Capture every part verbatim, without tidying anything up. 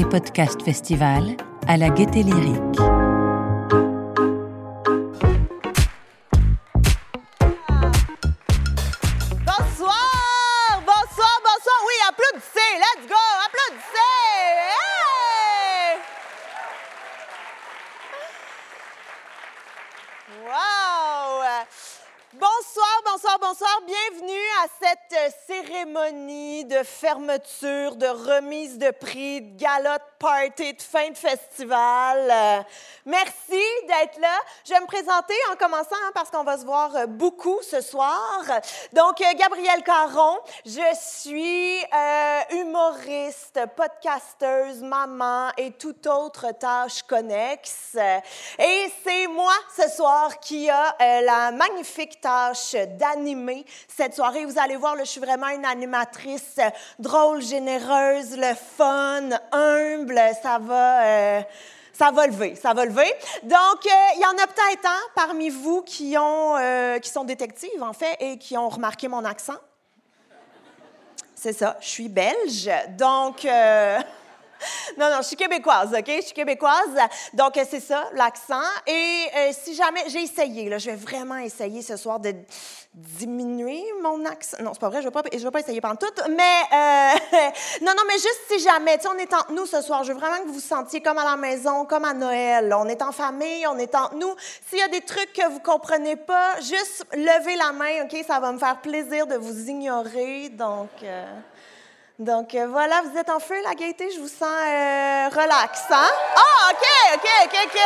Podcast Festival à la Gaîté Lyrique. Bonsoir! Bonsoir, bonsoir! Oui, applaudissez! Let's go! Applaudissez! Hey! Wow! Bonsoir, bonsoir, bonsoir. Bienvenue à cette cérémonie de fermeture, de remise de prix, de gala de party, de fin de festival. Euh, merci d'être là. Je vais me présenter en commençant hein, parce qu'on va se voir beaucoup ce soir. Donc, euh, Gabrielle Caron, je suis euh, humoriste, podcasteuse, maman et toute autre tâche connexe. Et c'est moi ce soir qui a euh, la magnifique tâche d'animer cette soirée. Vous allez voir, là, je suis vraiment une animatrice drôle, généreuse, le fun, humble. Ça va, euh, ça va lever, ça va lever. Donc, euh, il y en a peut-être hein, parmi vous qui, ont, euh, qui sont détectives, en fait, et qui ont remarqué mon accent. C'est ça, je suis belge. Donc... Euh, Non, non, je suis québécoise, OK? Je suis québécoise. Donc, c'est ça, l'accent. Et euh, si jamais... J'ai essayé, là, je vais vraiment essayer ce soir de diminuer mon accent. Non, c'est pas vrai, je ne vais, vais pas essayer pendant tout. Mais, euh, non, non, mais juste si jamais, tu sais, on est entre nous ce soir. Je veux vraiment que vous vous sentiez comme à la maison, comme à Noël. On est en famille, on est entre nous. S'il y a des trucs que vous ne comprenez pas, juste levez la main, OK? Ça va me faire plaisir de vous ignorer. Donc... Euh... Donc, euh, voilà, vous êtes en feu, la gaieté, je vous sens euh, relaxant. Ah, oh, OK, OK, OK, OK.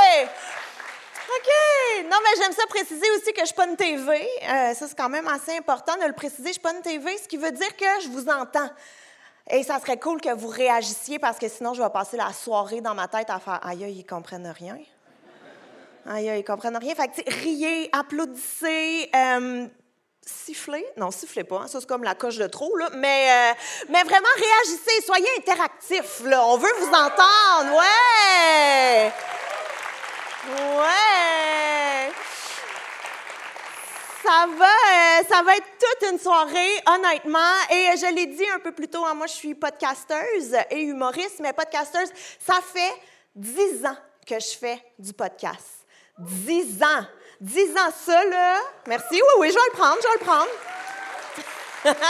OK. Non, mais j'aime ça préciser aussi que je ne suis pas une T V. Euh, ça, c'est quand même assez important de le préciser. Je ne suis pas une T V, ce qui veut dire que je vous entends. Et ça serait cool que vous réagissiez parce que sinon, je vais passer la soirée dans ma tête à faire « Aïe, ils ne comprennent rien. » Aïe, ils ne comprennent rien. Fait que, riez, applaudissez, euh, sifflez. Non, sifflez pas. Hein. Ça, c'est comme la coche de trop, là. Mais, euh, mais vraiment, réagissez. Soyez interactifs, là. On veut vous entendre. Ouais! Ouais! Ça va, euh, ça va être toute une soirée, honnêtement. Et je l'ai dit un peu plus tôt, hein, moi, je suis podcasteuse et humoriste, mais podcasteuse, ça fait dix ans que je fais du podcast. Dix ans! Dix ans, ça, là. Merci. Oui, oui, je vais le prendre, je vais le prendre.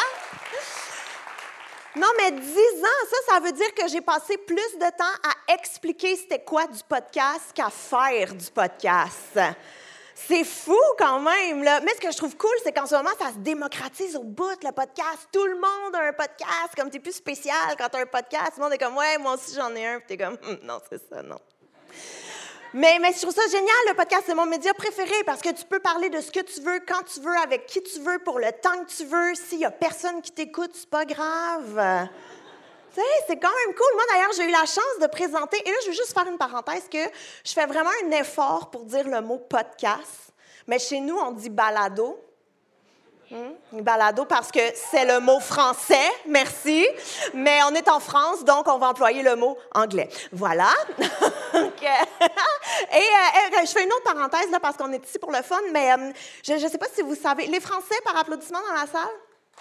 Non, mais dix ans, ça, ça veut dire que j'ai passé plus de temps à expliquer c'était quoi du podcast qu'à faire du podcast. C'est fou quand même, là. Mais ce que je trouve cool, c'est qu'en ce moment, ça se démocratise au bout, le podcast. Tout le monde a un podcast. Comme t'es plus spécial quand t'as un podcast. Tout le monde est comme, ouais, moi aussi, j'en ai un. Puis t'es comme, hm, non, c'est ça, non. Mais, mais je trouve ça génial, le podcast, c'est mon média préféré parce que tu peux parler de ce que tu veux, quand tu veux, avec qui tu veux, pour le temps que tu veux. S'il n'y a personne qui t'écoute, c'est pas grave. Tu sais, c'est quand même cool. Moi, d'ailleurs, j'ai eu la chance de présenter, et là, je veux juste faire une parenthèse, que je fais vraiment un effort pour dire le mot podcast. Mais chez nous, on dit balado. Hum, balado parce que c'est le mot français, merci. Mais on est en France, donc on va employer le mot anglais. Voilà. Okay. Et euh, je fais une autre parenthèse là, parce qu'on est ici pour le fun, mais euh, je ne sais pas si vous savez, les Français par applaudissement dans la salle?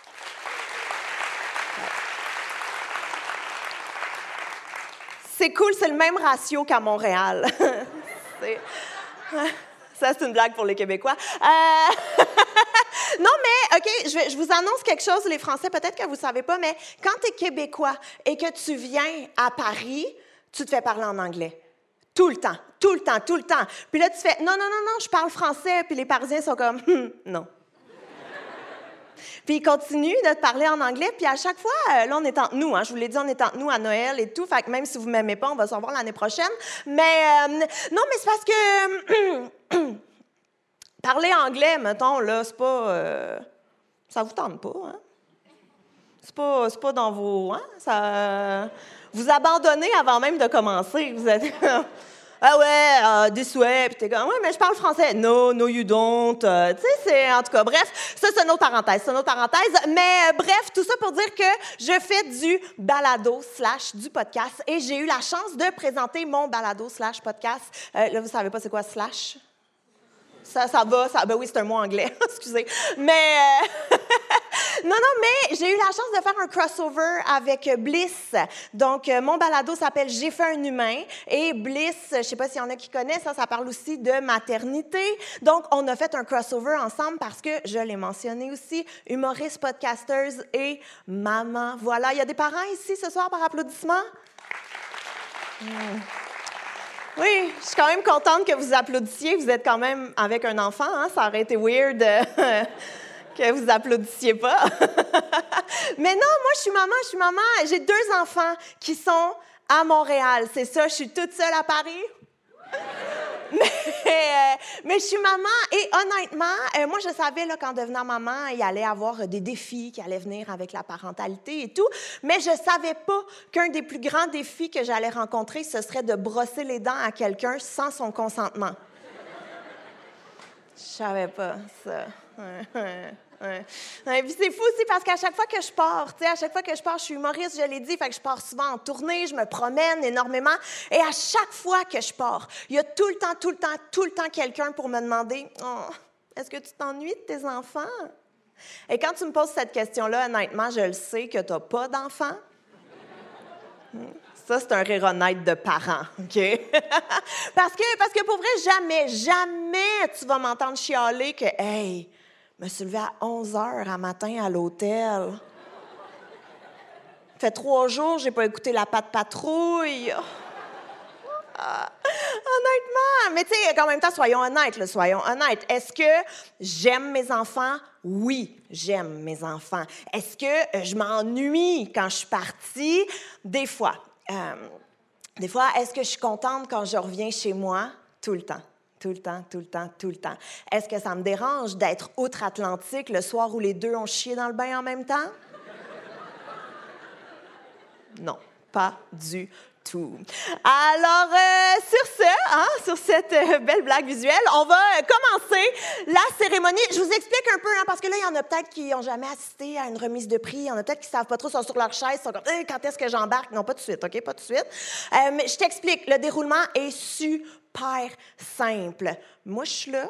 C'est cool, c'est le même ratio qu'à Montréal. c'est... Ça, c'est une blague pour les Québécois. Euh... non, mais, OK, je, vais, je vous annonce quelque chose, les Français, peut-être que vous ne savez pas, mais quand tu es Québécois et que tu viens à Paris, tu te fais parler en anglais. Tout le temps, tout le temps, tout le temps. Puis là, tu fais, non, non, non, non, je parle français. Puis les Parisiens sont comme, hm, non. Puis ils continuent de te parler en anglais. Puis à chaque fois, là, on est entre nous. Hein, je vous l'ai dit, on est entre nous à Noël et tout. Fait que même si vous ne m'aimez pas, on va se revoir l'année prochaine. Mais euh, non, mais c'est parce que parler anglais, mettons, là, c'est pas... Euh, ça vous tente pas, hein? C'est pas, c'est pas dans vos... Hein? Ça, vous abandonnez avant même de commencer. Vous êtes... Ah ouais, uh, this way, puis t'es comme, ouais, mais je parle français. No, no, you don't. Uh, tu sais, c'est, en tout cas, bref, ça, c'est une autre parenthèse, c'est une autre parenthèse. Mais euh, bref, tout ça pour dire que je fais du balado slash du podcast et j'ai eu la chance de présenter mon balado slash podcast. Euh, là, vous savez pas c'est quoi slash? Ça, ça va, ça, ben oui, c'est un mot anglais, excusez. Mais, euh, Non, non, mais j'ai eu la chance de faire un crossover avec Bliss. Donc, euh, mon balado s'appelle « J'ai fait un humain » et Bliss, je ne sais pas s'il y en a qui connaissent, ça, ça parle aussi de maternité. Donc, on a fait un crossover ensemble parce que, je l'ai mentionné aussi, humoriste, podcasters et maman. Voilà, il y a des parents ici ce soir par applaudissement? Mmh. Oui, je suis quand même contente que vous applaudissiez. Vous êtes quand même avec un enfant, hein? Ça aurait été weird que vous applaudissiez pas. Mais non, moi, je suis maman, je suis maman. J'ai deux enfants qui sont à Montréal. C'est ça, je suis toute seule à Paris. Mais, euh, mais je suis maman et honnêtement, euh, moi, je savais là, qu'en devenant maman, il allait y avoir des défis qui allaient venir avec la parentalité et tout, mais je ne savais pas qu'un des plus grands défis que j'allais rencontrer, ce serait de brosser les dents à quelqu'un sans son consentement. Je savais pas ça. Ouais. Et puis c'est fou aussi parce qu'à chaque fois que je pars, tu sais, à chaque fois que je pars, je suis humoriste, je l'ai dit, fait que je pars souvent en tournée, je me promène énormément. Et à chaque fois que je pars, il y a tout le temps, tout le temps, tout le temps quelqu'un pour me demander oh, « Est-ce que tu t'ennuies de tes enfants? » Et quand tu me poses cette question-là, honnêtement, je le sais que tu n'as pas d'enfants. Ça, c'est un rire honnête de parents, OK? parce, que, parce que pour vrai, jamais, jamais tu vas m'entendre chialer que « Hey, je me suis levée à onze heures à matin à l'hôtel. Ça fait trois jours, j'ai pas écouté La Patte Patrouille. » Ah, honnêtement, mais tu sais, en même temps, soyons honnêtes, là, soyons honnêtes. Est-ce que j'aime mes enfants? Oui, j'aime mes enfants. Est-ce que je m'ennuie quand je suis partie? Des fois. Euh, des fois, est-ce que je suis contente quand je reviens chez moi? Tout le temps. Tout le temps, tout le temps, tout le temps. Est-ce que ça me dérange d'être outre-Atlantique le soir où les deux ont chié dans le bain en même temps? Non, pas du tout. Alors, euh, sur ce, hein, sur cette euh, belle blague visuelle, on va euh, commencer la cérémonie. Je vous explique un peu, hein, parce que là, il y en a peut-être qui n'ont jamais assisté à une remise de prix. Il y en a peut-être qui ne savent pas trop, sont sur leur chaise, sont comme eh, « Quand est-ce que j'embarque? » Non, pas tout de suite, OK? Pas tout de suite. Euh, mais je t'explique. Le déroulement est super simple. Moi, je suis là.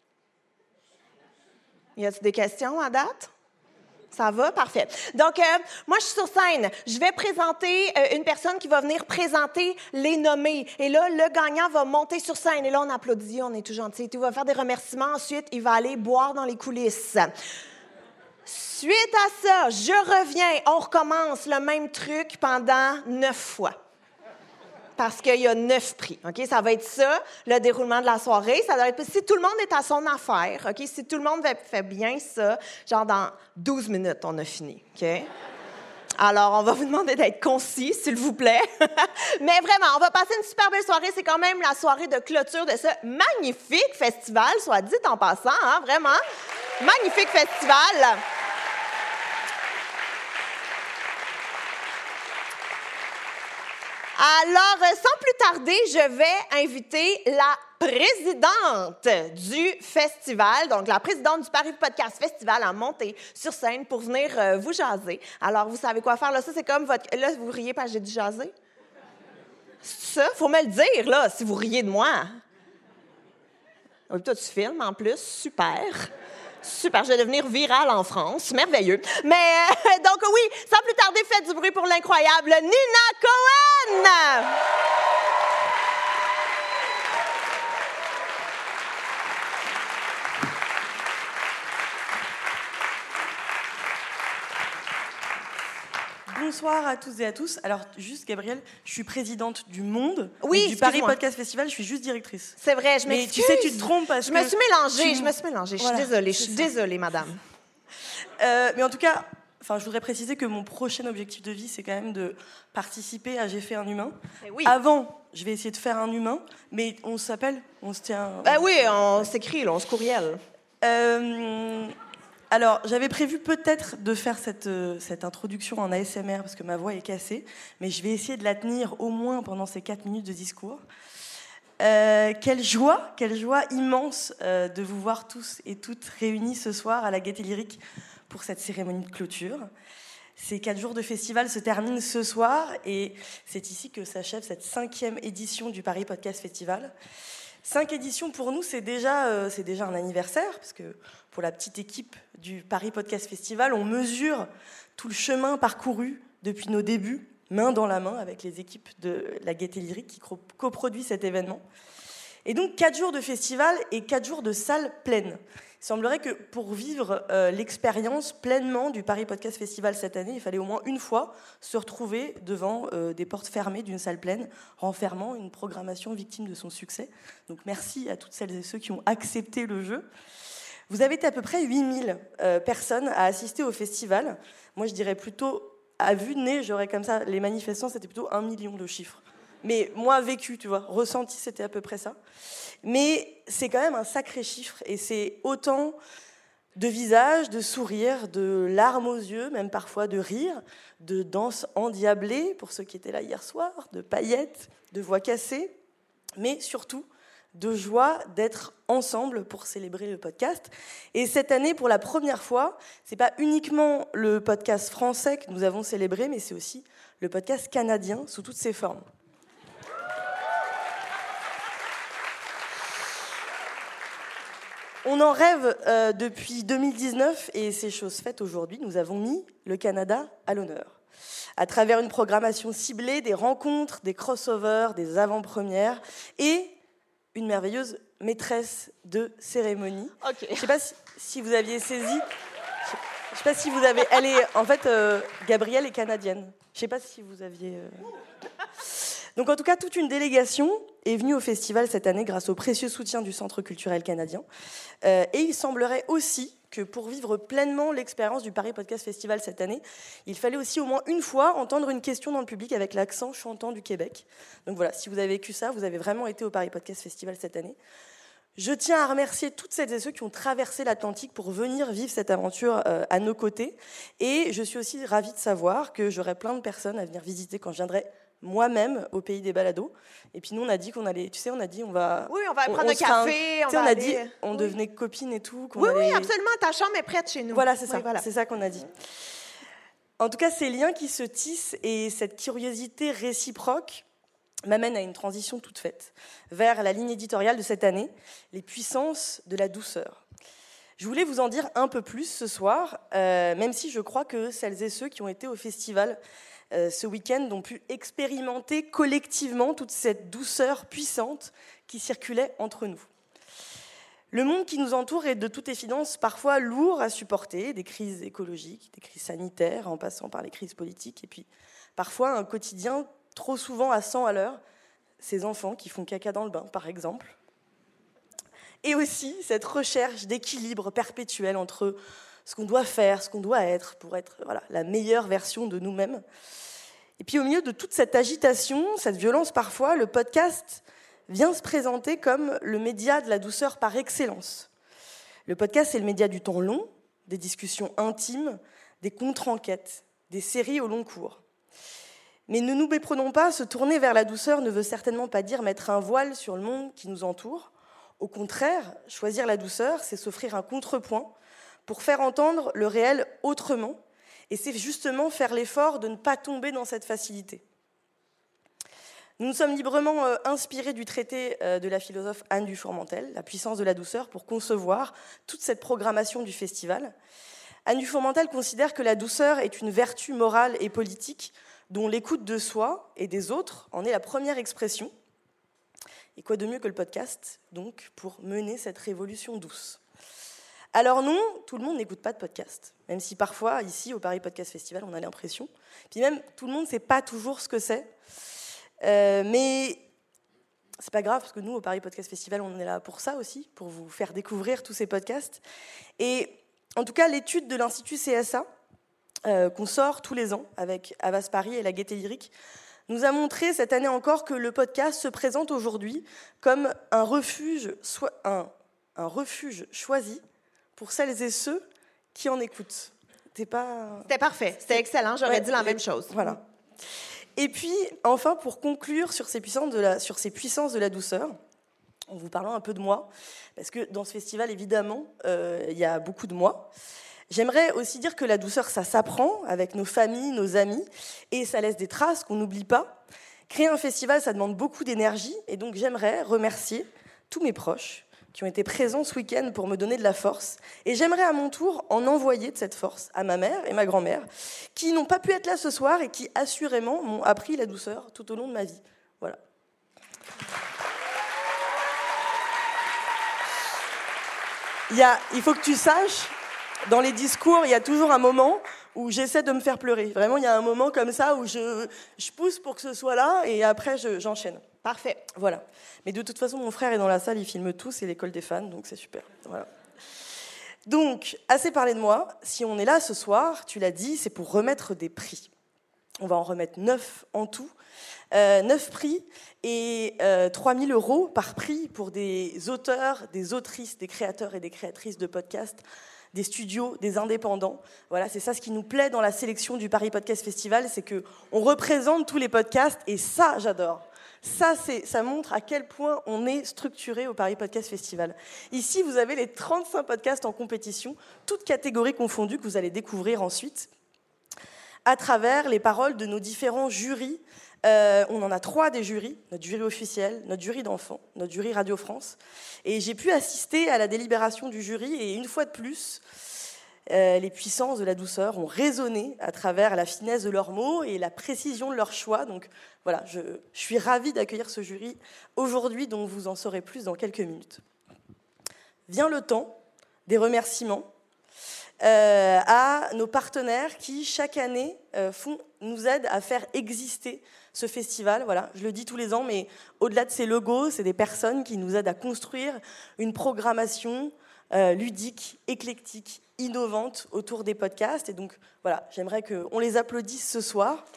Y a-t-il des questions à date? Ça va? Parfait. Donc, euh, moi, je suis sur scène. Je vais présenter euh, une personne qui va venir présenter les nommés. Et là, le gagnant va monter sur scène. Et là, on applaudit, on est tout gentil. Il va faire des remerciements. Ensuite, il va aller boire dans les coulisses. Suite à ça, je reviens. On recommence le même truc pendant neuf fois. Parce qu'il y a neuf prix, OK? Ça va être ça, le déroulement de la soirée. Ça doit être, si tout le monde est à son affaire, OK? Si tout le monde fait bien ça, genre dans douze minutes, on a fini, OK? Alors, on va vous demander d'être concis, s'il vous plaît. Mais vraiment, on va passer une super belle soirée. C'est quand même la soirée de clôture de ce magnifique festival, soit dit en passant, hein? Vraiment. Magnifique festival. Alors, sans plus tarder, je vais inviter la présidente du festival, donc la présidente du Paris Podcast Festival, à monter sur scène pour venir euh, vous jaser. Alors, vous savez quoi faire, là? Ça, c'est comme votre... Là, vous riez parce que j'ai dit jaser? C'est ça? Faut me le dire, là, si vous riez de moi. Oui, toi, tu filmes, en plus. Super. Super, je vais devenir virale en France. Merveilleux. Mais, euh, donc oui, sans plus tarder, faites du bruit pour l'incroyable Nina Cohen! Bonsoir à tous et à tous. Alors, juste, Gabrielle, je suis présidente du Monde, oui, du Paris Podcast Festival, je suis juste directrice. C'est vrai, je m'excuse. Mais tu sais, tu te trompes parce je que... Je me suis mélangée, tu... je me suis mélangée. Voilà, je suis désolée, je suis ça. désolée, madame. Euh, mais en tout cas, enfin, je voudrais préciser que mon prochain objectif de vie, c'est quand même de participer à J'ai fait un humain. Oui. Avant, je vais essayer de faire un humain, mais on s'appelle, on se tient... Ben oui, on s'écrit, là, on se courriel. Euh... Alors, j'avais prévu peut-être de faire cette, euh, cette introduction en A S M R parce que ma voix est cassée, mais je vais essayer de la tenir au moins pendant ces quatre minutes de discours. Euh, quelle joie, quelle joie immense euh, de vous voir tous et toutes réunis ce soir à la Gaîté Lyrique pour cette cérémonie de clôture. Ces quatre jours de festival se terminent ce soir et c'est ici que s'achève cette cinquième édition du Paris Podcast Festival. Cinq éditions, pour nous, c'est déjà, euh, c'est déjà un anniversaire, parce que pour la petite équipe du Paris Podcast Festival, on mesure tout le chemin parcouru depuis nos débuts, main dans la main avec les équipes de la Gaîté Lyrique qui coproduit cet événement. Et donc, quatre jours de festival et quatre jours de salle pleine. Il semblerait que pour vivre euh, l'expérience pleinement du Paris Podcast Festival cette année, il fallait au moins une fois se retrouver devant euh, des portes fermées d'une salle pleine, renfermant une programmation victime de son succès. Donc merci à toutes celles et ceux qui ont accepté le jeu. Vous avez été à peu près huit mille euh, personnes à assister au festival. Moi, je dirais plutôt, à vue de nez, j'aurais comme ça, les manifestants, c'était plutôt un million de chiffres. Mais moi, vécu, tu vois, ressenti, c'était à peu près ça. Mais c'est quand même un sacré chiffre, et c'est autant de visages, de sourires, de larmes aux yeux, même parfois de rires, de danses endiablées, pour ceux qui étaient là hier soir, de paillettes, de voix cassées, mais surtout de joie d'être ensemble pour célébrer le podcast. Et cette année, pour la première fois, c'est pas uniquement le podcast français que nous avons célébré, mais c'est aussi le podcast canadien sous toutes ses formes. On en rêve euh, depuis deux mille dix-neuf et c'est chose faite aujourd'hui. Nous avons mis le Canada à l'honneur. À travers une programmation ciblée, des rencontres, des crossovers, des avant-premières et une merveilleuse maîtresse de cérémonie. Okay. Je ne sais pas si, si vous aviez saisi. Je ne sais pas si vous avez. Elle est en fait euh, Gabrielle est canadienne. Je ne sais pas si vous aviez. Euh... Donc en tout cas, toute une délégation est venue au festival cette année grâce au précieux soutien du Centre culturel canadien. Euh, et il semblerait aussi que pour vivre pleinement l'expérience du Paris Podcast Festival cette année, il fallait aussi au moins une fois entendre une question dans le public avec l'accent chantant du Québec. Donc voilà, si vous avez vécu ça, vous avez vraiment été au Paris Podcast Festival cette année. Je tiens à remercier toutes celles et ceux qui ont traversé l'Atlantique pour venir vivre cette aventure euh, à nos côtés. Et je suis aussi ravie de savoir que j'aurai plein de personnes à venir visiter quand je viendrai moi-même au pays des balados. Et puis nous, on a dit qu'on allait, tu sais, on a dit on va... Oui, on va prendre on, un café, un, on va on a aller... dit on oui. devenait copines et tout. Oui, allait... oui, absolument, ta chambre est prête chez nous. Voilà, c'est ça, oui, voilà. c'est ça qu'on a dit. En tout cas, ces liens qui se tissent et cette curiosité réciproque m'amènent à une transition toute faite vers la ligne éditoriale de cette année, les puissances de la douceur. Je voulais vous en dire un peu plus ce soir, euh, même si je crois que celles et ceux qui ont été au festival euh, ce week-end ont pu expérimenter collectivement toute cette douceur puissante qui circulait entre nous. Le monde qui nous entoure est de toute évidence parfois lourd à supporter, des crises écologiques, des crises sanitaires, en passant par les crises politiques, et puis parfois un quotidien trop souvent à cent à l'heure, ces enfants qui font caca dans le bain, par exemple. Et aussi cette recherche d'équilibre perpétuel entre ce qu'on doit faire, ce qu'on doit être, pour être voilà, la meilleure version de nous-mêmes. Et puis au milieu de toute cette agitation, cette violence parfois, le podcast vient se présenter comme le média de la douceur par excellence. Le podcast, c'est le média du temps long, des discussions intimes, des contre-enquêtes, des séries au long cours. Mais ne nous méprenons pas, se tourner vers la douceur ne veut certainement pas dire mettre un voile sur le monde qui nous entoure. Au contraire, choisir la douceur, c'est s'offrir un contrepoint pour faire entendre le réel autrement. Et c'est justement faire l'effort de ne pas tomber dans cette facilité. Nous nous sommes librement euh, inspirés du traité euh, de la philosophe Anne Dufourmentel, La puissance de la douceur, pour concevoir toute cette programmation du festival. Anne Dufourmentel considère que la douceur est une vertu morale et politique dont l'écoute de soi et des autres en est la première expression. Et quoi de mieux que le podcast, donc, pour mener cette révolution douce. Alors non, tout le monde n'écoute pas de podcast, même si parfois, ici, au Paris Podcast Festival, on a l'impression. Puis même, tout le monde ne sait pas toujours ce que c'est. Euh, mais c'est pas grave, parce que nous, au Paris Podcast Festival, on est là pour ça aussi, pour vous faire découvrir tous ces podcasts. Et en tout cas, l'étude de l'Institut C S A, euh, qu'on sort tous les ans avec Havas Paris et la Gaîté Lyrique, nous a montré cette année encore que le podcast se présente aujourd'hui comme un refuge, so- un, un refuge choisi pour celles et ceux qui en écoutent. C'était pas... C'était parfait, c'était excellent, j'aurais Ouais, dit la les... même chose. Voilà. Et puis, enfin, pour conclure sur ces puissances de la, sur ces puissances de la douceur, en vous parlant un peu de moi, parce que dans ce festival, évidemment, euh, il y a beaucoup de moi. J'aimerais aussi dire que la douceur, ça s'apprend avec nos familles, nos amis, et ça laisse des traces qu'on n'oublie pas. Créer un festival, ça demande beaucoup d'énergie, et donc j'aimerais remercier tous mes proches, qui ont été présents ce week-end pour me donner de la force. Et j'aimerais à mon tour en envoyer de cette force à ma mère et ma grand-mère, qui n'ont pas pu être là ce soir et qui, assurément, m'ont appris la douceur tout au long de ma vie. Voilà. Il, y a, il faut que tu saches, dans les discours, il y a toujours un moment où j'essaie de me faire pleurer. Vraiment, il y a un moment comme ça où je, je pousse pour que ce soit là et après, je, j'enchaîne. Parfait. Voilà. Mais de toute façon, mon frère est dans la salle, il filme tout, c'est l'école des fans, donc c'est super. Voilà. Donc, assez parlé de moi. Si on est là ce soir, tu l'as dit, c'est pour remettre des prix. On va en remettre neuf en tout. Euh, neuf prix et euh, trois mille euros par prix pour des auteurs, des autrices, des créateurs et des créatrices de podcasts, des studios, des indépendants. Voilà, c'est ça ce qui nous plaît dans la sélection du Paris Podcast Festival, c'est qu'on représente tous les podcasts et ça, j'adore. Ça, c'est, ça montre à quel point on est structuré au Paris Podcast Festival. Ici, vous avez les trente-cinq podcasts en compétition, toutes catégories confondues, que vous allez découvrir ensuite à travers les paroles de nos différents jurys. Euh, on en a trois des jurys, notre jury officiel, notre jury d'enfants, notre jury Radio France. Et j'ai pu assister à la délibération du jury et une fois de plus, euh, les puissances de la douceur ont résonné à travers la finesse de leurs mots et la précision de leurs choix. Donc voilà, je, je suis ravie d'accueillir ce jury aujourd'hui, dont vous en saurez plus dans quelques minutes. Vient le temps des remerciements. Euh, à nos partenaires qui, chaque année, euh, font, nous aident à faire exister ce festival. Voilà, je le dis tous les ans, mais au-delà de ces logos, c'est des personnes qui nous aident à construire une programmation euh, ludique, éclectique, innovante autour des podcasts. Et donc, voilà, j'aimerais qu'on les applaudisse ce soir.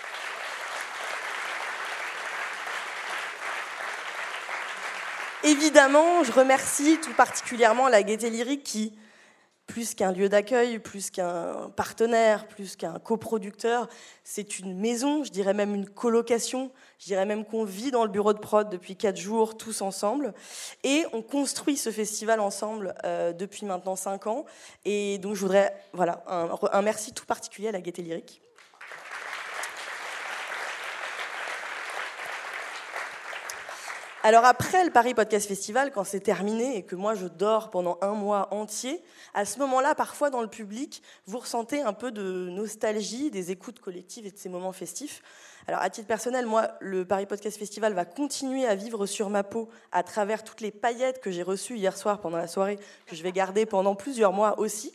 Évidemment, je remercie tout particulièrement la Gaieté Lyrique qui, plus qu'un lieu d'accueil, plus qu'un partenaire, plus qu'un coproducteur, c'est une maison, je dirais même une colocation. Je dirais même qu'on vit dans le bureau de prod depuis quatre jours, tous ensemble. Et on construit ce festival ensemble euh, depuis maintenant cinq ans. Et donc je voudrais, voilà, un, un merci tout particulier à la Gaieté Lyrique. Alors après le Paris Podcast Festival, quand c'est terminé et que moi je dors pendant un mois entier, à ce moment-là, parfois dans le public, vous ressentez un peu de nostalgie des écoutes collectives et de ces moments festifs. Alors à titre personnel, moi, le Paris Podcast Festival va continuer à vivre sur ma peau à travers toutes les paillettes que j'ai reçues hier soir pendant la soirée, que je vais garder pendant plusieurs mois aussi.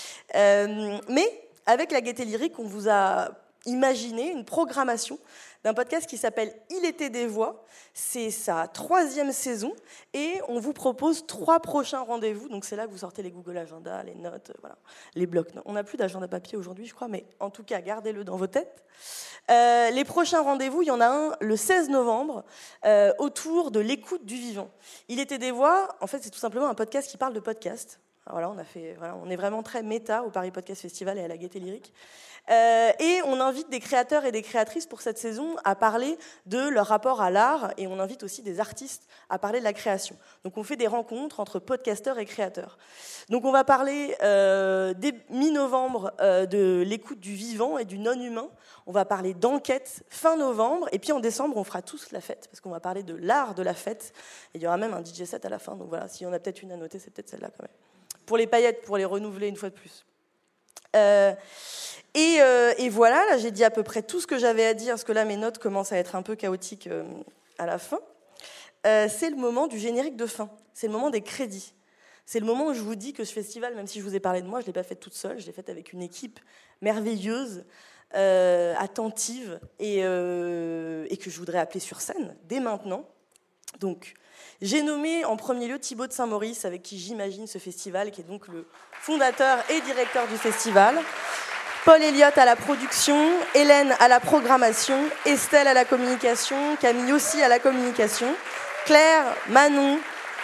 Euh, mais avec la Gaieté Lyrique, on vous a imaginé une programmation d'un podcast qui s'appelle Il était des voix. C'est sa troisième saison et on vous propose trois prochains rendez-vous. Donc c'est là que vous sortez les Google Agenda, les notes, voilà, les blocs. On n'a plus d'agenda papier aujourd'hui, je crois, mais en tout cas, gardez-le dans vos têtes. Euh, les prochains rendez-vous, il y en a un le seize novembre euh, autour de l'écoute du vivant. Il était des voix, en fait, c'est tout simplement un podcast qui parle de podcast. Alors voilà, on a fait, voilà, on est vraiment très méta au Paris Podcast Festival et à la Gaieté Lyrique. Euh, et on invite des créateurs et des créatrices pour cette saison à parler de leur rapport à l'art et on invite aussi des artistes à parler de la création. Donc on fait des rencontres entre podcasteurs et créateurs. Donc on va parler euh, dès mi-novembre euh, de l'écoute du vivant et du non-humain. On va parler d'enquête fin novembre et puis en décembre on fera tous la fête parce qu'on va parler de l'art de la fête. Et il y aura même un D J set à la fin. Donc voilà, s'il y en a peut-être une à noter, c'est peut-être celle-là quand même. Pour les paillettes, pour les renouveler une fois de plus. Euh, et, euh, et voilà, là j'ai dit à peu près tout ce que j'avais à dire, parce que là mes notes commencent à être un peu chaotiques euh, à la fin. Euh, c'est le moment du générique de fin, c'est le moment des crédits. C'est le moment où je vous dis que ce festival, même si je vous ai parlé de moi, je ne l'ai pas fait toute seule, je l'ai fait avec une équipe merveilleuse, euh, attentive, et, euh, et que je voudrais appeler sur scène dès maintenant. Donc, j'ai nommé en premier lieu Thibaut de Saint-Maurice, avec qui j'imagine ce festival, qui est donc le fondateur et directeur du festival. Paul Elliott à la production, Hélène à la programmation, Estelle à la communication, Camille aussi à la communication, Claire, Manon.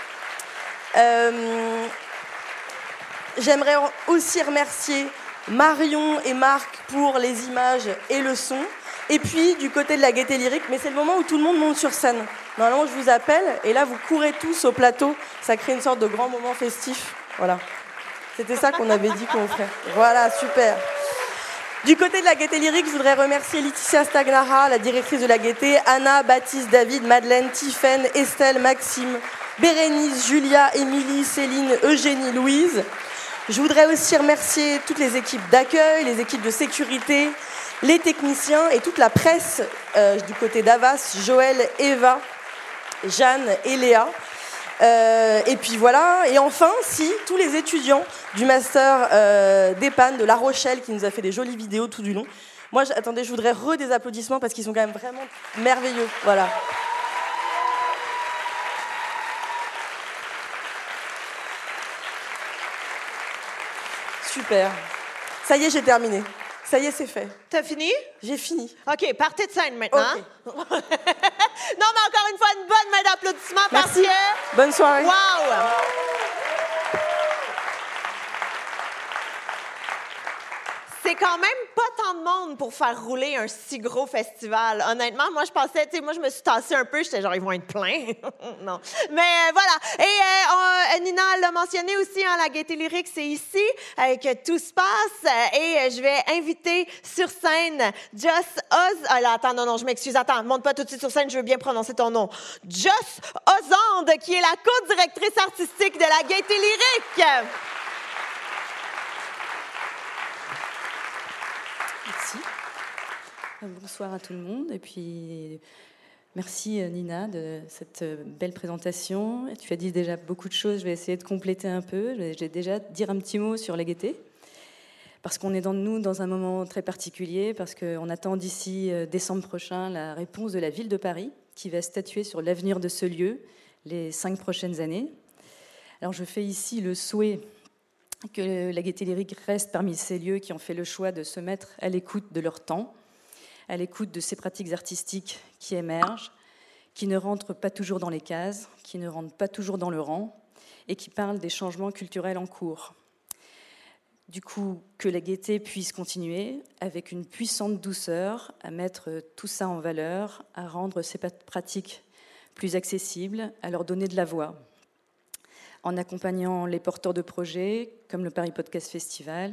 Euh, j'aimerais aussi remercier Marion et Marc pour les images et le son. Et puis, du côté de la Gaieté Lyrique, mais c'est le moment où tout le monde monte sur scène. Normalement, je vous appelle, et là, vous courez tous au plateau. Ça crée une sorte de grand moment festif. Voilà. C'était ça qu'on avait dit qu'on ferait. Voilà, super. Du côté de la Gaieté Lyrique, je voudrais remercier Laetitia Stagnara, la directrice de la Gaieté, Anna, Baptiste, David, Madeleine, Tiffaine, Estelle, Maxime, Bérénice, Julia, Émilie, Céline, Eugénie, Louise. Je voudrais aussi remercier toutes les équipes d'accueil, les équipes de sécurité, les techniciens et toute la presse euh, du côté d'Avas, Joël, Eva, Jeanne et Léa. Euh, et puis voilà, et enfin, si, tous les étudiants du master euh, d'E P A N de La Rochelle qui nous a fait des jolies vidéos tout du long. Moi, je, attendez, je voudrais re des applaudissements parce qu'ils sont quand même vraiment merveilleux. Voilà. Super. Ça y est, j'ai terminé. Ça y est, c'est fait. T'as fini? J'ai fini. OK, partez de scène maintenant. Okay. Non, mais encore une fois, une bonne main d'applaudissements parce Merci. que... Bonne soirée. Wow! C'est quand même pas tant de monde pour faire rouler un si gros festival. Honnêtement, moi, je pensais, tu sais, moi, je me suis tassée un peu, j'étais genre, ils vont être pleins. Non. Mais euh, voilà. Et euh, on, Nina l'a mentionné aussi, hein, la Gaieté Lyrique, c'est ici euh, que tout se passe. Et euh, je vais inviter sur scène Joss Oz... Ah, là, attends, non, non, je m'excuse. Attends, monte pas tout de suite sur scène, je veux bien prononcer ton nom. Joss Ozande, qui est la co-directrice artistique de la Gaieté Lyrique. Merci. Bonsoir à tout le monde. Et puis, merci Nina de cette belle présentation. Tu as dit déjà beaucoup de choses. Je vais essayer de compléter un peu. Je vais déjà dire un petit mot sur la gaieté. Parce qu'on est dans nous dans un moment très particulier, parce qu'on attend d'ici décembre prochain la réponse de la ville de Paris, qui va statuer sur l'avenir de ce lieu les cinq prochaines années. Alors, je fais ici le souhait que la Gaieté Lyrique reste parmi ces lieux qui ont fait le choix de se mettre à l'écoute de leur temps, à l'écoute de ces pratiques artistiques qui émergent, qui ne rentrent pas toujours dans les cases, qui ne rentrent pas toujours dans le rang, et qui parlent des changements culturels en cours. Du coup, que la gaieté puisse continuer avec une puissante douceur à mettre tout ça en valeur, à rendre ces pratiques plus accessibles, à leur donner de la voix, en accompagnant les porteurs de projets, comme le Paris Podcast Festival,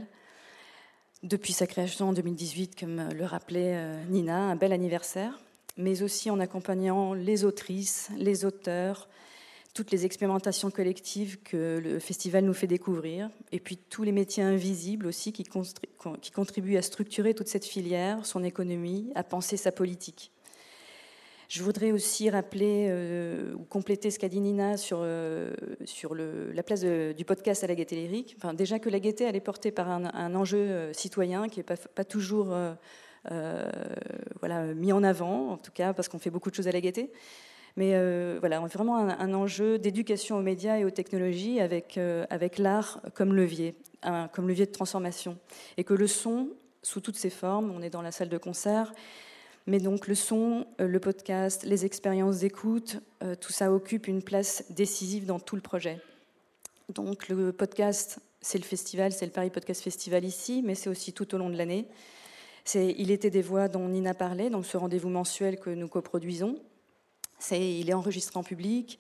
depuis sa création en deux mille dix-huit, comme le rappelait Nina, un bel anniversaire, mais aussi en accompagnant les autrices, les auteurs, toutes les expérimentations collectives que le festival nous fait découvrir, et puis tous les métiers invisibles aussi qui, qui contribuent à structurer toute cette filière, son économie, à penser sa politique. Je voudrais aussi rappeler euh, ou compléter ce qu'a dit Nina sur, euh, sur le, la place de, du podcast à la Gaieté Lyrique. Enfin, déjà que la gaieté, elle est portée par un, un enjeu euh, citoyen qui n'est pas, pas toujours euh, euh, voilà, mis en avant, en tout cas parce qu'on fait beaucoup de choses à la gaieté. Mais euh, voilà, on fait vraiment un, un enjeu d'éducation aux médias et aux technologies avec, euh, avec l'art comme levier, un, comme levier de transformation. Et que le son, sous toutes ses formes, on est dans la salle de concert, mais donc le son, le podcast, les expériences d'écoute, euh, tout ça occupe une place décisive dans tout le projet. Donc le podcast, c'est le festival, c'est le Paris Podcast Festival ici, mais c'est aussi tout au long de l'année. C'est Il était des voix dont Nina parlait, donc ce rendez-vous mensuel que nous coproduisons. C'est, il est enregistré en public.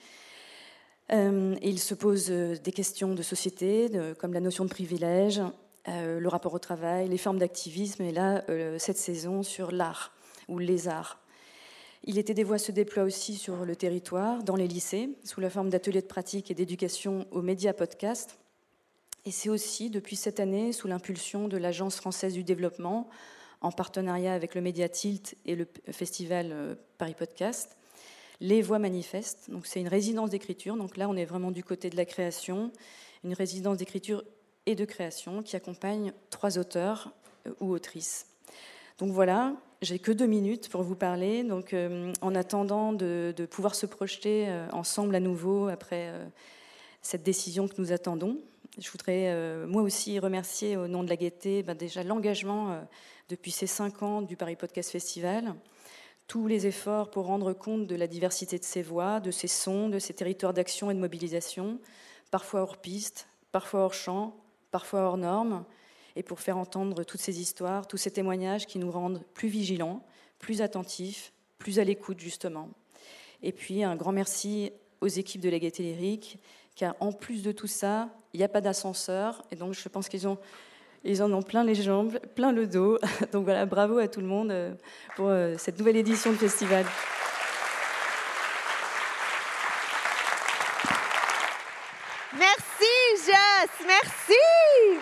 Euh, et il se pose des questions de société, de, comme la notion de privilège, euh, le rapport au travail, les formes d'activisme, et là, euh, cette saison, sur l'art ou les arts. Il était des voix se déploie aussi sur le territoire, dans les lycées, sous la forme d'ateliers de pratique et d'éducation aux médias podcast. Et c'est aussi, depuis cette année, sous l'impulsion de l'Agence française du développement, en partenariat avec le Média Tilt et le festival Paris Podcast, les voix manifestent. Donc c'est une résidence d'écriture. Donc là, on est vraiment du côté de la création, une résidence d'écriture et de création qui accompagne trois auteurs ou autrices. Donc voilà, j'ai que deux minutes pour vous parler. Donc euh, en attendant de, de pouvoir se projeter euh, ensemble à nouveau après euh, cette décision que nous attendons, je voudrais euh, moi aussi remercier au nom de la Gaieté ben, déjà l'engagement euh, depuis ces cinq ans du Paris Podcast Festival, tous les efforts pour rendre compte de la diversité de ces voix, de ces sons, de ces territoires d'action et de mobilisation, parfois hors piste, parfois hors champ, parfois hors normes, et pour faire entendre toutes ces histoires, tous ces témoignages qui nous rendent plus vigilants, plus attentifs, plus à l'écoute justement. Et puis un grand merci aux équipes de la Gaieté Lyrique, car en plus de tout ça, il n'y a pas d'ascenseur, et donc je pense qu'ils ont, ils en ont plein les jambes, plein le dos. Donc voilà, bravo à tout le monde pour cette nouvelle édition de festival. Yes! Merci!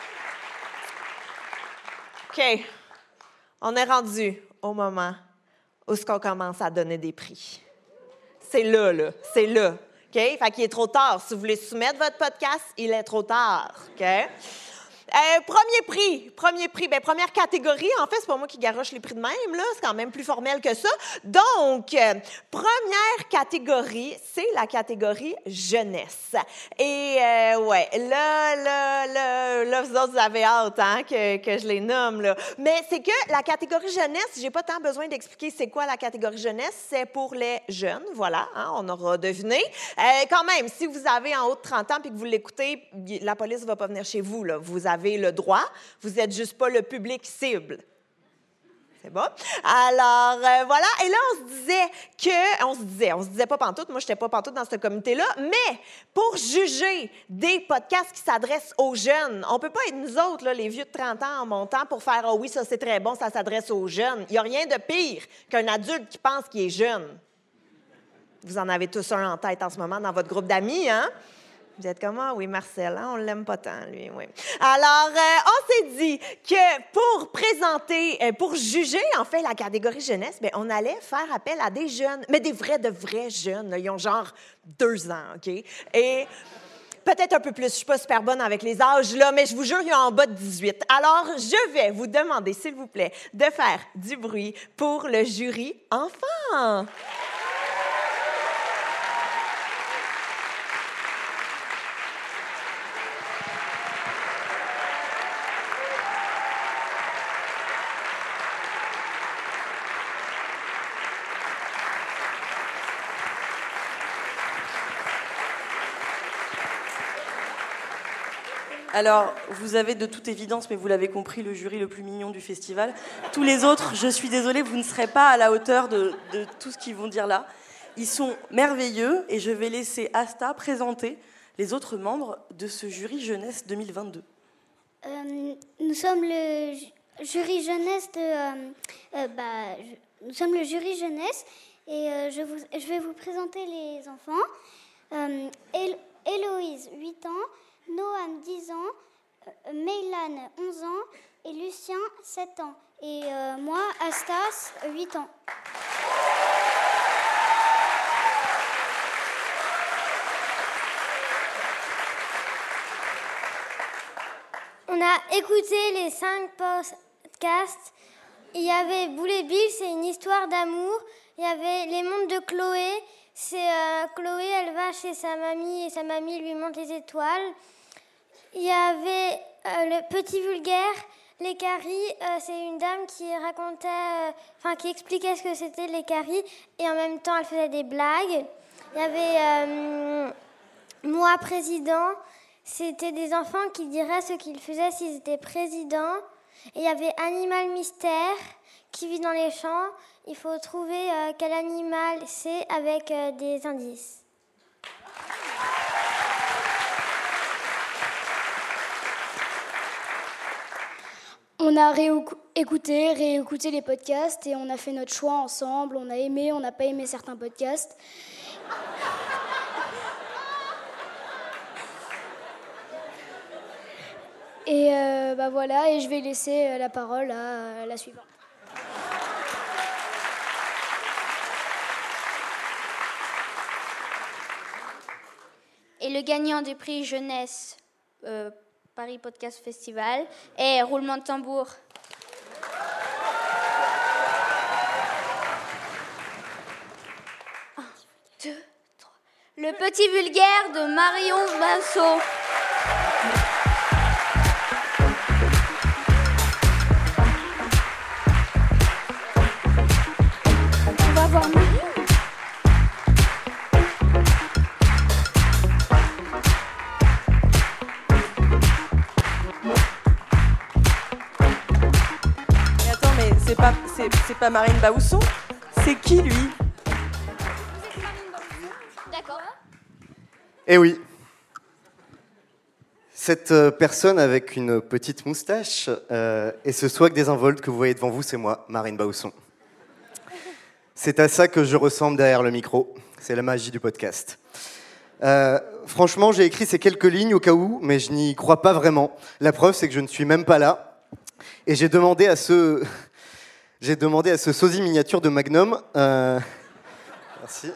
OK. On est rendu au moment où ce qu'on commence à donner des prix. C'est là, là. C'est là. OK? Fait qu'il est trop tard. Si vous voulez soumettre votre podcast, il est trop tard. OK? Euh, premier prix, premier prix, ben première catégorie. En fait, c'est pas moi qui garoche les prix de même, là. C'est quand même plus formel que ça. Donc, euh, première catégorie, c'est la catégorie jeunesse. Et euh, ouais, là, là, là, là, vous autres, vous avez hâte, hein, que, que je les nomme, là. Mais c'est que la catégorie jeunesse, j'ai pas tant besoin d'expliquer c'est quoi la catégorie jeunesse. C'est pour les jeunes, voilà, hein, on aura deviné. Euh, quand même, si vous avez en haut de trente ans puis que vous l'écoutez, la police va pas venir chez vous, là. Vous avez avez le droit, vous n'êtes juste pas le public cible. C'est bon? Alors, euh, voilà. Et là, on se disait que... On se disait, on se disait pas pantoute. Moi, je n'étais pas pantoute dans ce comité-là. Mais pour juger des podcasts qui s'adressent aux jeunes, on ne peut pas être nous autres, là, les vieux de trente ans en montant, pour faire « Ah oui, ça, c'est très bon, ça s'adresse aux jeunes ». Il n'y a rien de pire qu'un adulte qui pense qu'il est jeune. Vous en avez tous un en tête en ce moment dans votre groupe d'amis, hein? Vous êtes comme, ah oui, Marcel, hein? On l'aime pas tant, lui, oui. Alors, euh, on s'est dit que pour présenter, euh, pour juger, en fait, la catégorie jeunesse, bien, on allait faire appel à des jeunes, mais des vrais, de vrais jeunes, là. Ils ont genre deux ans, OK? Et peut-être un peu plus, je suis pas super bonne avec les âges, là, mais je vous jure, il y a en bas de dix-huit. Alors, je vais vous demander, s'il vous plaît, de faire du bruit pour le jury enfant. Alors, vous avez de toute évidence, mais vous l'avez compris, le jury le plus mignon du festival. Tous les autres, je suis désolée, vous ne serez pas à la hauteur de, de tout ce qu'ils vont dire là. Ils sont merveilleux et je vais laisser Asta présenter les autres membres de ce jury jeunesse deux mille vingt-deux. Euh, nous sommes le ju- jury jeunesse de... Euh, euh, bah, je- nous sommes le jury jeunesse et euh, je, vous, je vais vous présenter les enfants. Euh, El- Héloïse, huit ans. Noam, dix ans, euh, Meylan, onze ans, et Lucien, sept ans. Et euh, moi, Astas, huit ans. On a écouté les cinq podcasts. Il y avait Boulet Bill, c'est une histoire d'amour. Il y avait Les Mondes de Chloé. C'est euh, Chloé, elle va chez sa mamie et sa mamie lui montre les étoiles. Il y avait euh, le Petit Vulgaire, les caries. Euh, c'est une dame qui racontait, enfin euh, qui expliquait ce que c'était les caries et en même temps elle faisait des blagues. Il y avait euh, Moi président. C'était des enfants qui diraient ce qu'ils faisaient s'ils étaient présidents. Et il y avait Animal Mystère qui vit dans les champs. Il faut trouver euh, quel animal c'est avec euh, des indices. On a réécouté, réécouté les podcasts et on a fait notre choix ensemble. On a aimé, on n'a pas aimé certains podcasts. Et euh, bah voilà, et je vais laisser la parole à la suivante. Et le gagnant du prix jeunesse euh, Paris Podcast Festival est roulement de tambour. Un, deux, trois. Le Petit Vulgaire de Marion Vincent. On va voir Marion. C'est pas, c'est, c'est pas Marine Baousson. C'est qui, lui? D'accord. Eh oui. Cette euh, personne avec une petite moustache euh, et ce swag désinvolte que vous voyez devant vous, c'est moi, Marine Baousson. C'est à ça que je ressemble derrière le micro. C'est la magie du podcast. Euh, franchement, j'ai écrit ces quelques lignes au cas où, mais je n'y crois pas vraiment. La preuve, c'est que je ne suis même pas là. Et j'ai demandé à ce, j'ai demandé à ce sosie miniature de Magnum. Euh... Merci.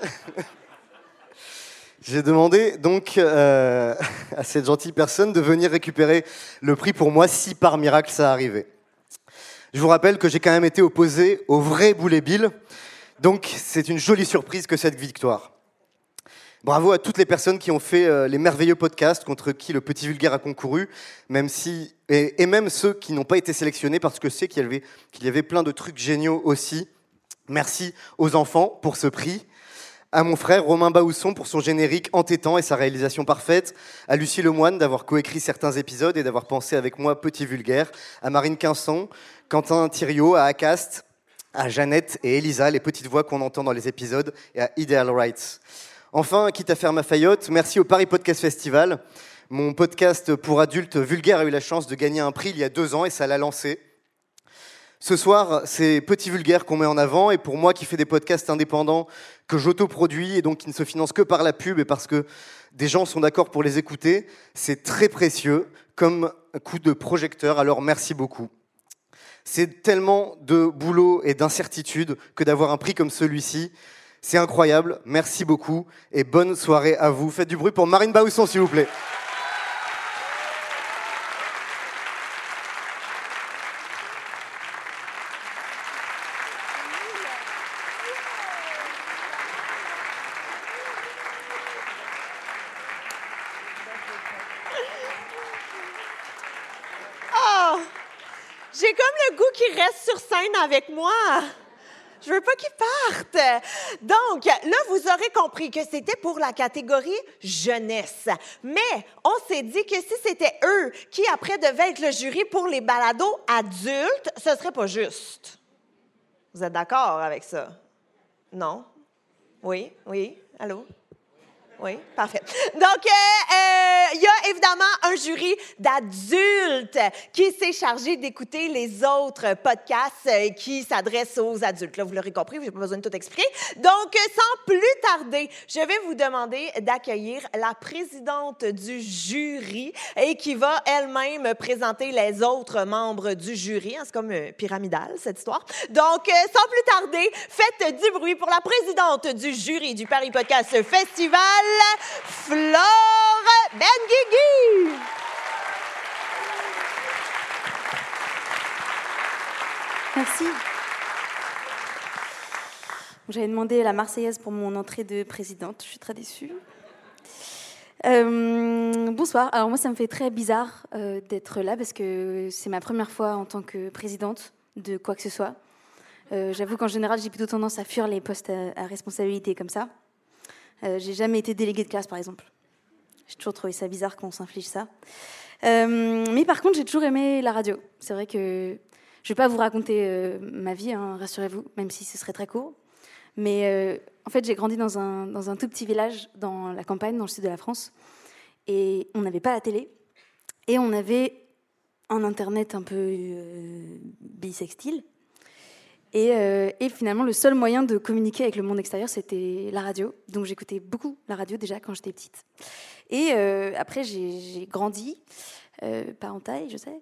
J'ai demandé donc euh, à cette gentille personne de venir récupérer le prix pour moi si par miracle ça arrivait. Je vous rappelle que j'ai quand même été opposé au vrai Boulet Bill, donc c'est une jolie surprise que cette victoire. Bravo à toutes les personnes qui ont fait euh, les merveilleux podcasts contre qui le Petit Vulgaire a concouru, même si, et, et même ceux qui n'ont pas été sélectionnés parce que je sais qu'il y avait, qu'il y avait plein de trucs géniaux aussi. Merci aux enfants pour ce prix. À mon frère Romain Baousson pour son générique entêtant et sa réalisation parfaite, à Lucie Lemoine d'avoir coécrit certains épisodes et d'avoir pensé avec moi Petit Vulgaire, à Marine Quinson, Quentin Thiriot, à Acast, à Jeannette et Elisa, les petites voix qu'on entend dans les épisodes, et à Ideal Rights. Enfin, quitte à faire ma faillotte, merci au Paris Podcast Festival. Mon podcast pour adultes Vulgaire a eu la chance de gagner un prix il y a deux ans et ça l'a lancé. Ce soir, c'est Petit Vulgaire qu'on met en avant, et pour moi qui fais des podcasts indépendants que j'autoproduis et donc qui ne se financent que par la pub et parce que des gens sont d'accord pour les écouter, c'est très précieux comme coup de projecteur, alors merci beaucoup. C'est tellement de boulot et d'incertitude que d'avoir un prix comme celui-ci. C'est incroyable, merci beaucoup et bonne soirée à vous. Faites du bruit pour Marine Baousson, s'il vous plaît. J'ai comme le goût qu'il reste sur scène avec moi. Je veux pas qu'il parte. Donc, là, vous aurez compris que c'était pour la catégorie jeunesse. Mais on s'est dit que si c'était eux qui, après, devaient être le jury pour les balados adultes, ce serait pas juste. Vous êtes d'accord avec ça? Non? Oui? Oui? Allô? Oui, parfait. Donc, il euh, euh, y a évidemment un jury d'adultes qui s'est chargé d'écouter les autres podcasts euh, qui s'adressent aux adultes. Là, vous l'aurez compris, je n'ai pas besoin de tout expliquer. Donc, sans plus tarder, je vais vous demander d'accueillir la présidente du jury et qui va elle-même présenter les autres membres du jury. C'est comme euh, pyramidal, cette histoire. Donc, euh, sans plus tarder, faites du bruit pour la présidente du jury du Paris Podcast Festival, Flore Benguigui. Merci. J'avais demandé la Marseillaise pour mon entrée de présidente. Je suis très déçue. Euh, bonsoir. Alors moi, ça me fait très bizarre euh, d'être là parce que c'est ma première fois en tant que présidente de quoi que ce soit. Euh, j'avoue qu'en général, j'ai plutôt tendance à fuir les postes à, à responsabilité comme ça. Euh, j'ai jamais été déléguée de classe, par exemple. J'ai toujours trouvé ça bizarre qu'on s'inflige ça. Euh, mais par contre, j'ai toujours aimé la radio. C'est vrai que je vais pas vous raconter euh, ma vie, hein, rassurez-vous, même si ce serait très court. Mais euh, en fait, j'ai grandi dans un, dans un tout petit village dans la campagne, dans le sud de la France. Et on n'avait pas la télé. Et on avait un Internet un peu euh, bisextile. Et, euh, et finalement, le seul moyen de communiquer avec le monde extérieur, c'était la radio. Donc j'écoutais beaucoup la radio déjà quand j'étais petite. Et euh, après, j'ai, j'ai grandi, euh, pas en taille, je sais.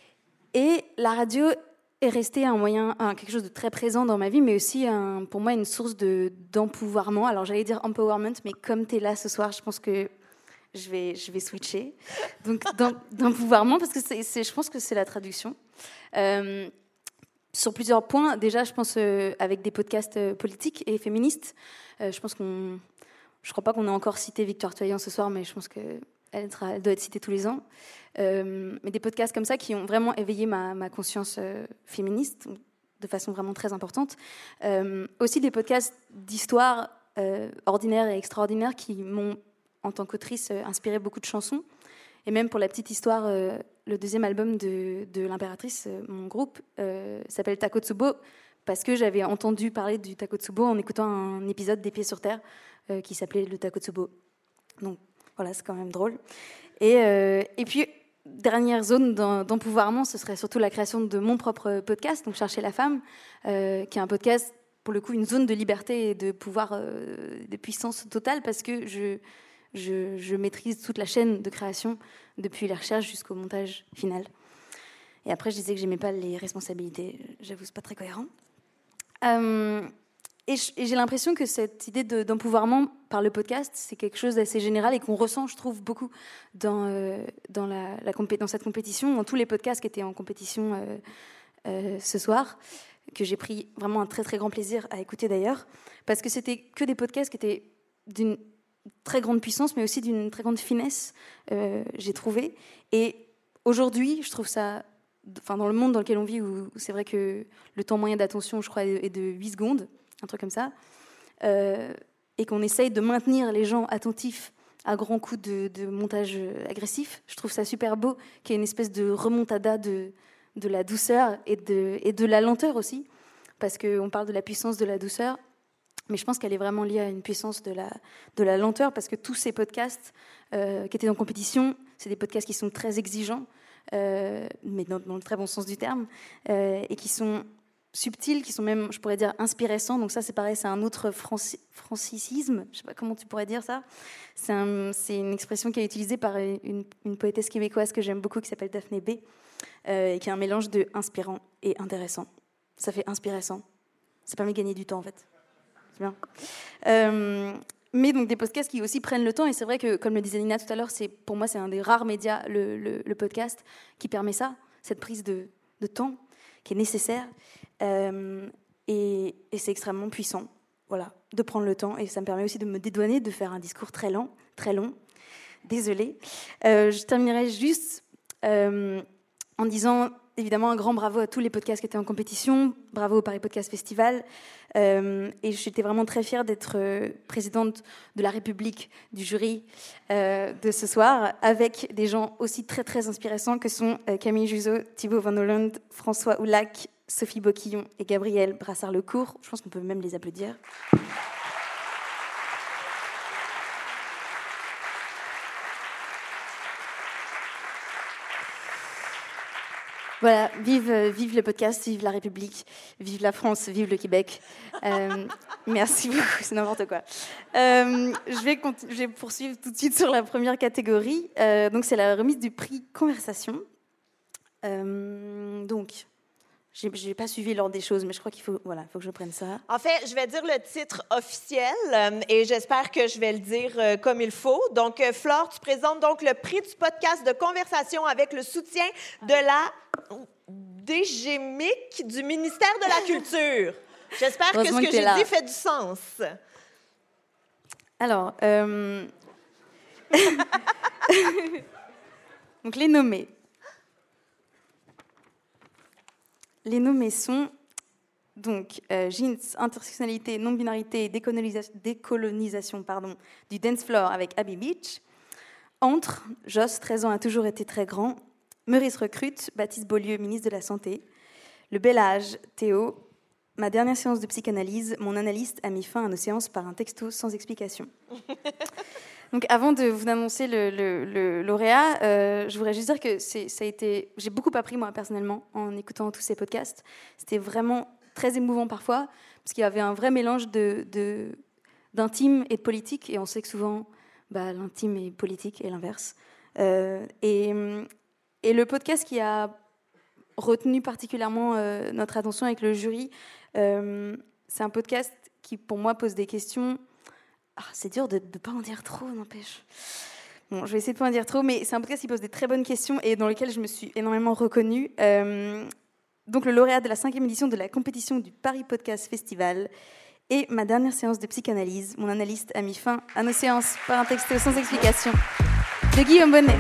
Et la radio est restée un moyen, un, quelque chose de très présent dans ma vie, mais aussi un, pour moi une source de, d'empouvoirment. Alors j'allais dire empowerment, mais comme tu es là ce soir, je pense que je vais, je vais switcher. Donc d'empouvoirment, parce que c'est, c'est, je pense que c'est la traduction. Euh, Sur plusieurs points, déjà, je pense euh, avec des podcasts euh, politiques et féministes. Euh, je pense qu'on, je crois pas qu'on ait encore cité Victoire Toillant ce soir, mais je pense qu'elle elle doit être citée tous les ans. Euh, mais des podcasts comme ça qui ont vraiment éveillé ma, ma conscience euh, féministe de façon vraiment très importante. Euh, aussi des podcasts d'histoire euh, ordinaires et extraordinaires qui m'ont, en tant qu'autrice, euh, inspiré beaucoup de chansons. Et même pour la petite histoire, euh, le deuxième album de, de l'Impératrice, euh, mon groupe, euh, s'appelle Takotsubo, parce que j'avais entendu parler du Takotsubo en écoutant un épisode des Pieds sur Terre euh, qui s'appelait le Takotsubo. Donc voilà, c'est quand même drôle. Et, euh, et puis, dernière zone d'empouvoirment, ce serait surtout la création de mon propre podcast, donc Chercher la femme, euh, qui est un podcast, pour le coup, une zone de liberté et de pouvoir, euh, de puissance totale, parce que je... je, je maîtrise toute la chaîne de création, depuis les recherches jusqu'au montage final. Et après, je disais que j'aimais pas les responsabilités. J'avoue, c'est pas très cohérent. Euh, et, je, et j'ai l'impression que cette idée de, d'empouvoirment par le podcast, c'est quelque chose d'assez général et qu'on ressent, je trouve, beaucoup dans, euh, dans, la, la compé- dans cette compétition, dans tous les podcasts qui étaient en compétition euh, euh, ce soir, que j'ai pris vraiment un très très grand plaisir à écouter d'ailleurs, parce que c'était que des podcasts qui étaient d'une très grande puissance, mais aussi d'une très grande finesse, euh, j'ai trouvé. Et aujourd'hui, je trouve ça, enfin dans le monde dans lequel on vit, où, où c'est vrai que le temps moyen d'attention, je crois, est de huit secondes, un truc comme ça, euh, et qu'on essaye de maintenir les gens attentifs à grands coups de, de montage agressif, je trouve ça super beau, qu'il y ait une espèce de remontada de, de la douceur et de, et de la lenteur aussi, parce qu'on parle de la puissance de la douceur, mais je pense qu'elle est vraiment liée à une puissance de la, de la lenteur, parce que tous ces podcasts euh, qui étaient en compétition, c'est des podcasts qui sont très exigeants, euh, mais dans, dans le très bon sens du terme, euh, et qui sont subtils, qui sont même, je pourrais dire, inspiressants. Donc ça, c'est pareil, c'est un autre franci- francicisme, je ne sais pas comment tu pourrais dire ça. C'est, un, c'est une expression qui est utilisée par une, une poétesse québécoise que j'aime beaucoup, qui s'appelle Daphné B, euh, et qui est un mélange de inspirant et intéressant. Ça fait inspiressant. Ça permet de gagner du temps, en fait. C'est bien. Euh, mais donc des podcasts qui aussi prennent le temps, et c'est vrai que, comme le disait Nina tout à l'heure, c'est, pour moi, c'est un des rares médias, le, le, le podcast, qui permet ça, cette prise de, de temps qui est nécessaire. Euh, et, et c'est extrêmement puissant, voilà, de prendre le temps. Et ça me permet aussi de me dédouaner, de faire un discours très lent, très long. Désolée. Euh, je terminerai juste euh, en disant, évidemment, un grand bravo à tous les podcasts qui étaient en compétition. Bravo au Paris Podcast Festival. Euh, et j'étais vraiment très fière d'être euh, présidente de la République, du jury euh, de ce soir, avec des gens aussi très, très inspirants que sont euh, Camille Juzo, Thibaut Van Holland, François Oulac, Sophie Boquillon et Gabriel Brassard-Lecourt. Je pense qu'on peut même les applaudir. Voilà, vive, vive le podcast, vive la République, vive la France, vive le Québec. Euh, merci beaucoup, c'est n'importe quoi. Euh, je, vais continu- je vais poursuivre tout de suite sur la première catégorie. Euh, donc, c'est la remise du prix Conversation. Euh, donc, je n'ai pas suivi l'ordre des choses, mais je crois qu'il faut, voilà, faut que je prenne ça. En fait, je vais dire le titre officiel euh, et j'espère que je vais le dire euh, comme il faut. Donc, euh, Flore, tu présentes donc le prix du podcast de conversation avec le soutien de la D G M I C du ministère de la Culture. J'espère que ce que, que j'ai là. dit fait du sens. Alors, euh... donc les nommés. Les nommés sont donc euh, Jeans, intersectionnalité, non-binarité et décolonisa- décolonisation pardon, du dance floor avec Abby Beach. Entre, Joss, treize ans, a toujours été très grand. Meurice recrute, Baptiste Beaulieu, ministre de la Santé. Le bel âge, Théo. Ma dernière séance de psychanalyse, mon analyste a mis fin à nos séances par un texto sans explication. Donc, avant de vous annoncer le, le, le lauréat, euh, je voudrais juste dire que c'est, ça a été, j'ai beaucoup appris, moi, personnellement, en écoutant tous ces podcasts. C'était vraiment très émouvant parfois, parce qu'il y avait un vrai mélange de, de, d'intime et de politique, et on sait que souvent, bah, l'intime est politique et l'inverse. Euh, et, et le podcast qui a retenu particulièrement euh, notre attention avec le jury, euh, c'est un podcast qui, pour moi, pose des questions... Ah, c'est dur de ne pas en dire trop, n'empêche. Bon, je vais essayer de ne pas en dire trop, mais c'est un podcast qui pose des très bonnes questions et dans lequel je me suis énormément reconnue. Euh, donc, le lauréat de la cinquième édition de la compétition du Paris Podcast Festival et ma dernière séance de psychanalyse. Mon analyste a mis fin à nos séances par un texte sans explication de Guillaume Bonnet.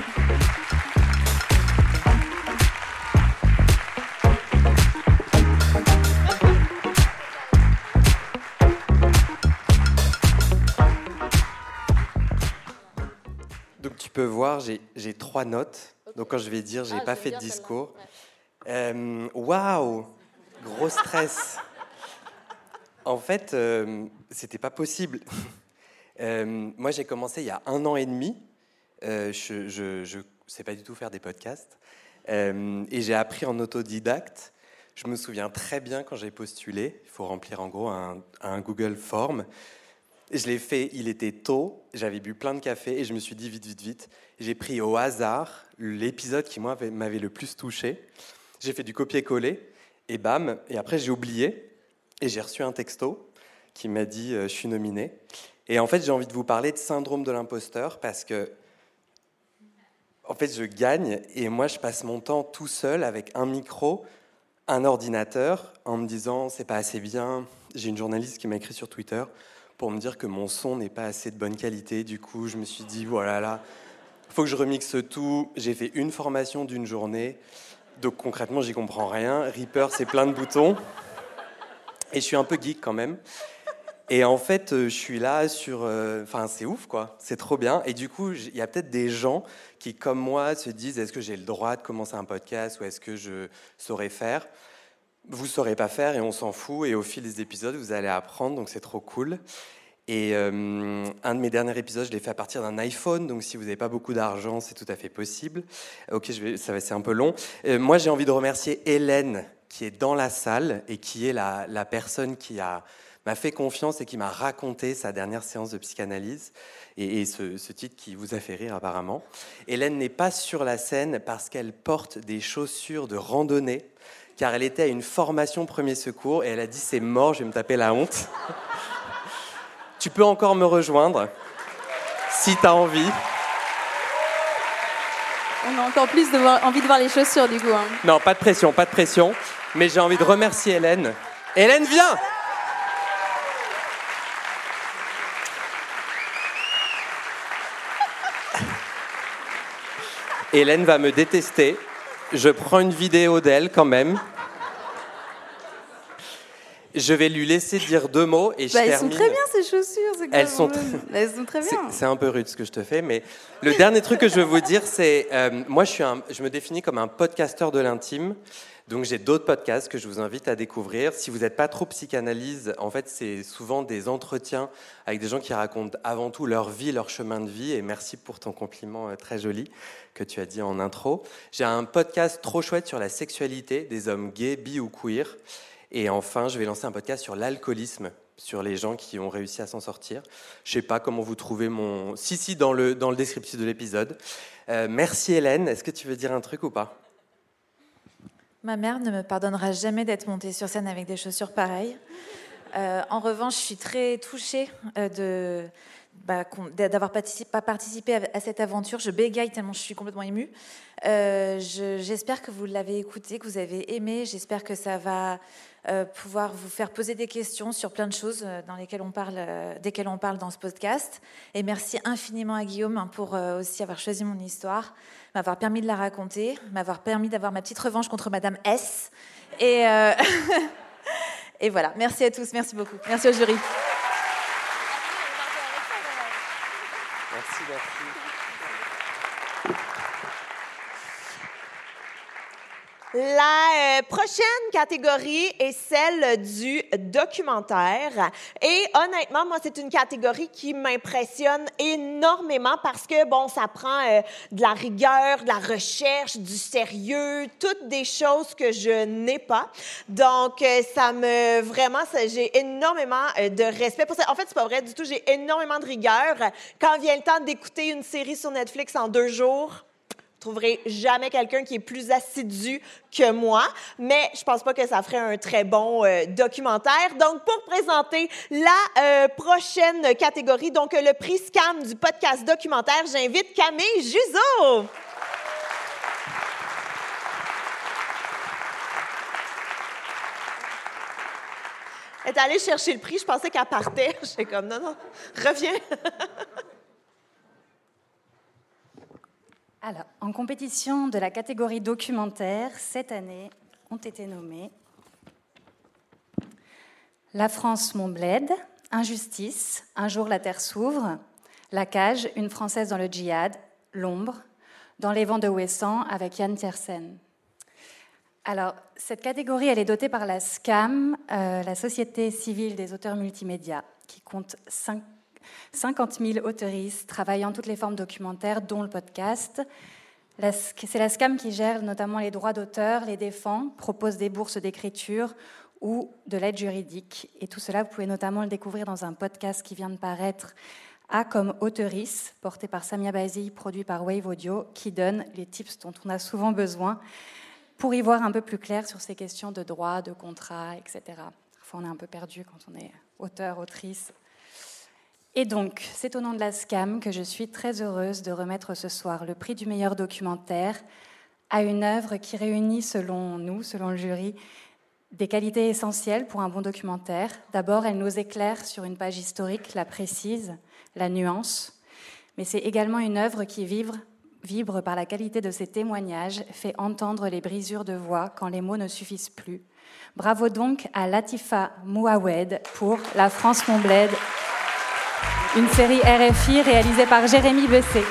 Tu peux voir, j'ai, j'ai trois notes. Okay. Donc quand je vais dire, j'ai ah, pas fait de discours. Waouh, ouais. wow, gros stress. En fait, euh, c'était pas possible. euh, moi, j'ai commencé il y a un an et demi. Euh, je, je, je sais pas du tout faire des podcasts euh, et j'ai appris en autodidacte. Je me souviens très bien quand j'ai postulé. Il faut remplir en gros un, un Google Form. Je l'ai fait, il était tôt, j'avais bu plein de café et je me suis dit vite, vite, vite. J'ai pris au hasard l'épisode qui, moi, m'avait le plus touché. J'ai fait du copier-coller et bam, et après j'ai oublié et j'ai reçu un texto qui m'a dit euh, « je suis nominé ». Et en fait, j'ai envie de vous parler de syndrome de l'imposteur parce que, en fait, je gagne et moi, je passe mon temps tout seul avec un micro, un ordinateur, en me disant « c'est pas assez bien ». J'ai une journaliste qui m'a écrit sur Twitter pour me dire que mon son n'est pas assez de bonne qualité. Du coup, je me suis dit, voilà, là, il faut que je remixe tout. J'ai fait une formation d'une journée, donc concrètement, j'y comprends rien. Reaper, c'est plein de boutons. Et je suis un peu geek quand même. Et en fait, je suis là sur... Enfin, euh, c'est ouf, quoi. C'est trop bien. Et du coup, il y a peut-être des gens qui, comme moi, se disent, est-ce que j'ai le droit de commencer un podcast ou est-ce que je saurais faire ? Vous ne saurez pas faire et on s'en fout. Et au fil des épisodes, vous allez apprendre, donc c'est trop cool. Et euh, un de mes derniers épisodes, je l'ai fait à partir d'un iPhone. Donc si vous n'avez pas beaucoup d'argent, c'est tout à fait possible. Ok, je vais, ça va, c'est un peu long. Euh, moi, j'ai envie de remercier Hélène, qui est dans la salle et qui est la, la personne qui a, m'a fait confiance et qui m'a raconté sa dernière séance de psychanalyse. Et, et ce, ce titre qui vous a fait rire apparemment. Hélène n'est pas sur la scène parce qu'elle porte des chaussures de randonnée, car elle était à une formation premier secours et elle a dit « c'est mort, je vais me taper la honte ». Tu peux encore me rejoindre, si tu as envie. On a encore plus de voir, envie de voir les chaussures, du coup. Hein. Non, pas de pression, pas de pression. Mais j'ai envie de remercier Hélène. Hélène, viens! Hélène va me détester. Je prends une vidéo d'elle quand même. Je vais lui laisser dire deux mots et je bah, termine. Elles sont très bien ces chaussures. C'est elles, sont très... elles sont très bien. C'est, c'est un peu rude ce que je te fais, mais le dernier truc que je veux vous dire, c'est euh, moi je suis un, je me définis comme un podcasteur de l'intime. Donc j'ai d'autres podcasts que je vous invite à découvrir. Si vous n'êtes pas trop psychanalyse, en fait c'est souvent des entretiens avec des gens qui racontent avant tout leur vie, leur chemin de vie. Et merci pour ton compliment très joli que tu as dit en intro. J'ai un podcast trop chouette sur la sexualité des hommes gays, bi ou queer. Et enfin, je vais lancer un podcast sur l'alcoolisme, sur les gens qui ont réussi à s'en sortir. Je ne sais pas comment vous trouvez mon... Si, si, dans le, dans le descriptif de l'épisode. Euh, merci Hélène. Est-ce que tu veux dire un truc ou pas ? Ma mère ne me pardonnera jamais d'être montée sur scène avec des chaussures pareilles. Euh, en revanche, je suis très touchée euh, de... Bah, d'avoir participé, pas participé à cette aventure. Je bégaye tellement je suis complètement émue. Euh, je, j'espère que vous l'avez écouté, que vous avez aimé. J'espère que ça va euh, pouvoir vous faire poser des questions sur plein de choses dans lesquelles on parle, euh, desquelles on parle dans ce podcast. Et merci infiniment à Guillaume pour euh, aussi avoir choisi mon histoire, m'avoir permis de la raconter, m'avoir permis d'avoir ma petite revanche contre Madame S. Et, euh... Et voilà, merci à tous, merci beaucoup. Merci au jury. Merci, merci. La euh, prochaine catégorie est celle du documentaire. Et honnêtement, moi, c'est une catégorie qui m'impressionne énormément parce que, bon, ça prend euh, de la rigueur, de la recherche, du sérieux, toutes des choses que je n'ai pas. Donc, euh, ça me... Vraiment, ça, j'ai énormément euh, de respect pour ça. En fait, c'est pas vrai du tout. J'ai énormément de rigueur. Quand vient le temps d'écouter une série sur Netflix en deux jours... Vous ne trouverez jamais quelqu'un qui est plus assidu que moi, mais je pense pas que ça ferait un très bon euh, documentaire. Donc, pour présenter la euh, prochaine catégorie, donc le prix SCAM du podcast documentaire, j'invite Camille Juzo. Elle est allée chercher le prix, je pensais qu'elle partait. J'étais comme, non, non, reviens. Alors, en compétition de la catégorie documentaire, cette année ont été nommés La France, mon bled, Injustice, Un jour la terre s'ouvre, La cage, une Française dans le djihad, L'ombre, Dans les vents de Ouessant avec Yann Tiersen. Alors, cette catégorie, elle est dotée par la SCAM, euh, la Société civile des auteurs multimédia, qui compte cinq cinquante mille autoristes travaillant toutes les formes documentaires, dont le podcast. La, c'est la SCAM qui gère notamment les droits d'auteur, les défend, propose des bourses d'écriture ou de l'aide juridique. Et tout cela, vous pouvez notamment le découvrir dans un podcast qui vient de paraître, A comme auteurice, porté par Samia Bazille, produit par Wave Audio, qui donne les tips dont on a souvent besoin pour y voir un peu plus clair sur ces questions de droit, de contrat, et cetera. Parfois, on est un peu perdu quand on est auteur, autrice. Et donc, c'est au nom de la SCAM que je suis très heureuse de remettre ce soir le prix du meilleur documentaire à une œuvre qui réunit, selon nous, selon le jury, des qualités essentielles pour un bon documentaire. D'abord, elle nous éclaire sur une page historique, la précise, la nuance, mais c'est également une œuvre qui vibre, vibre par la qualité de ses témoignages, fait entendre les brisures de voix quand les mots ne suffisent plus. Bravo donc à Latifa Mouawed pour La France mon bled, une série R F I réalisée par Jérémy Bessé.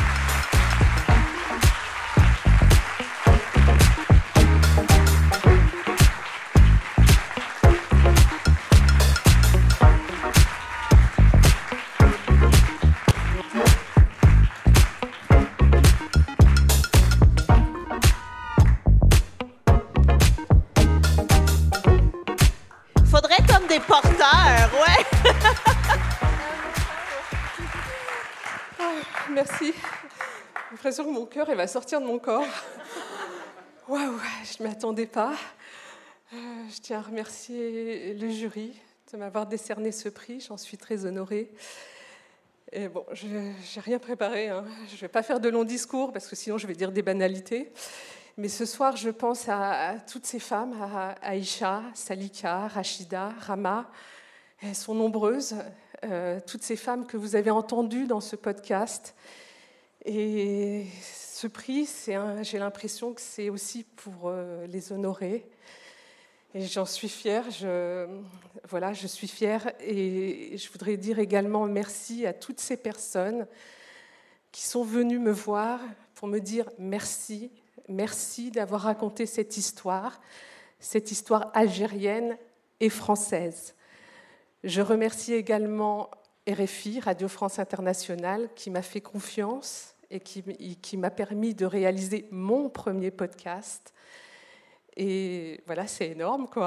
Merci. J'ai l'impression que mon cœur il va sortir de mon corps. Waouh, je ne m'y attendais pas. Euh, je tiens à remercier le jury de m'avoir décerné ce prix. J'en suis très honorée. Et bon, je n'ai rien préparé. Hein. Je ne vais pas faire de longs discours parce que sinon je vais dire des banalités. Mais ce soir, je pense à, à toutes ces femmes, à Aïcha, Salika, Rachida, Rama. Elles sont nombreuses. Euh, toutes ces femmes que vous avez entendues dans ce podcast. Et ce prix, c'est un, j'ai l'impression que c'est aussi pour euh, les honorer. Et j'en suis fière. Je, voilà, je suis fière. Et je voudrais dire également merci à toutes ces personnes qui sont venues me voir pour me dire merci. Merci d'avoir raconté cette histoire, cette histoire algérienne et française. Je remercie également R F I, Radio France Internationale, qui m'a fait confiance et qui, qui m'a permis de réaliser mon premier podcast. Et voilà, c'est énorme, quoi.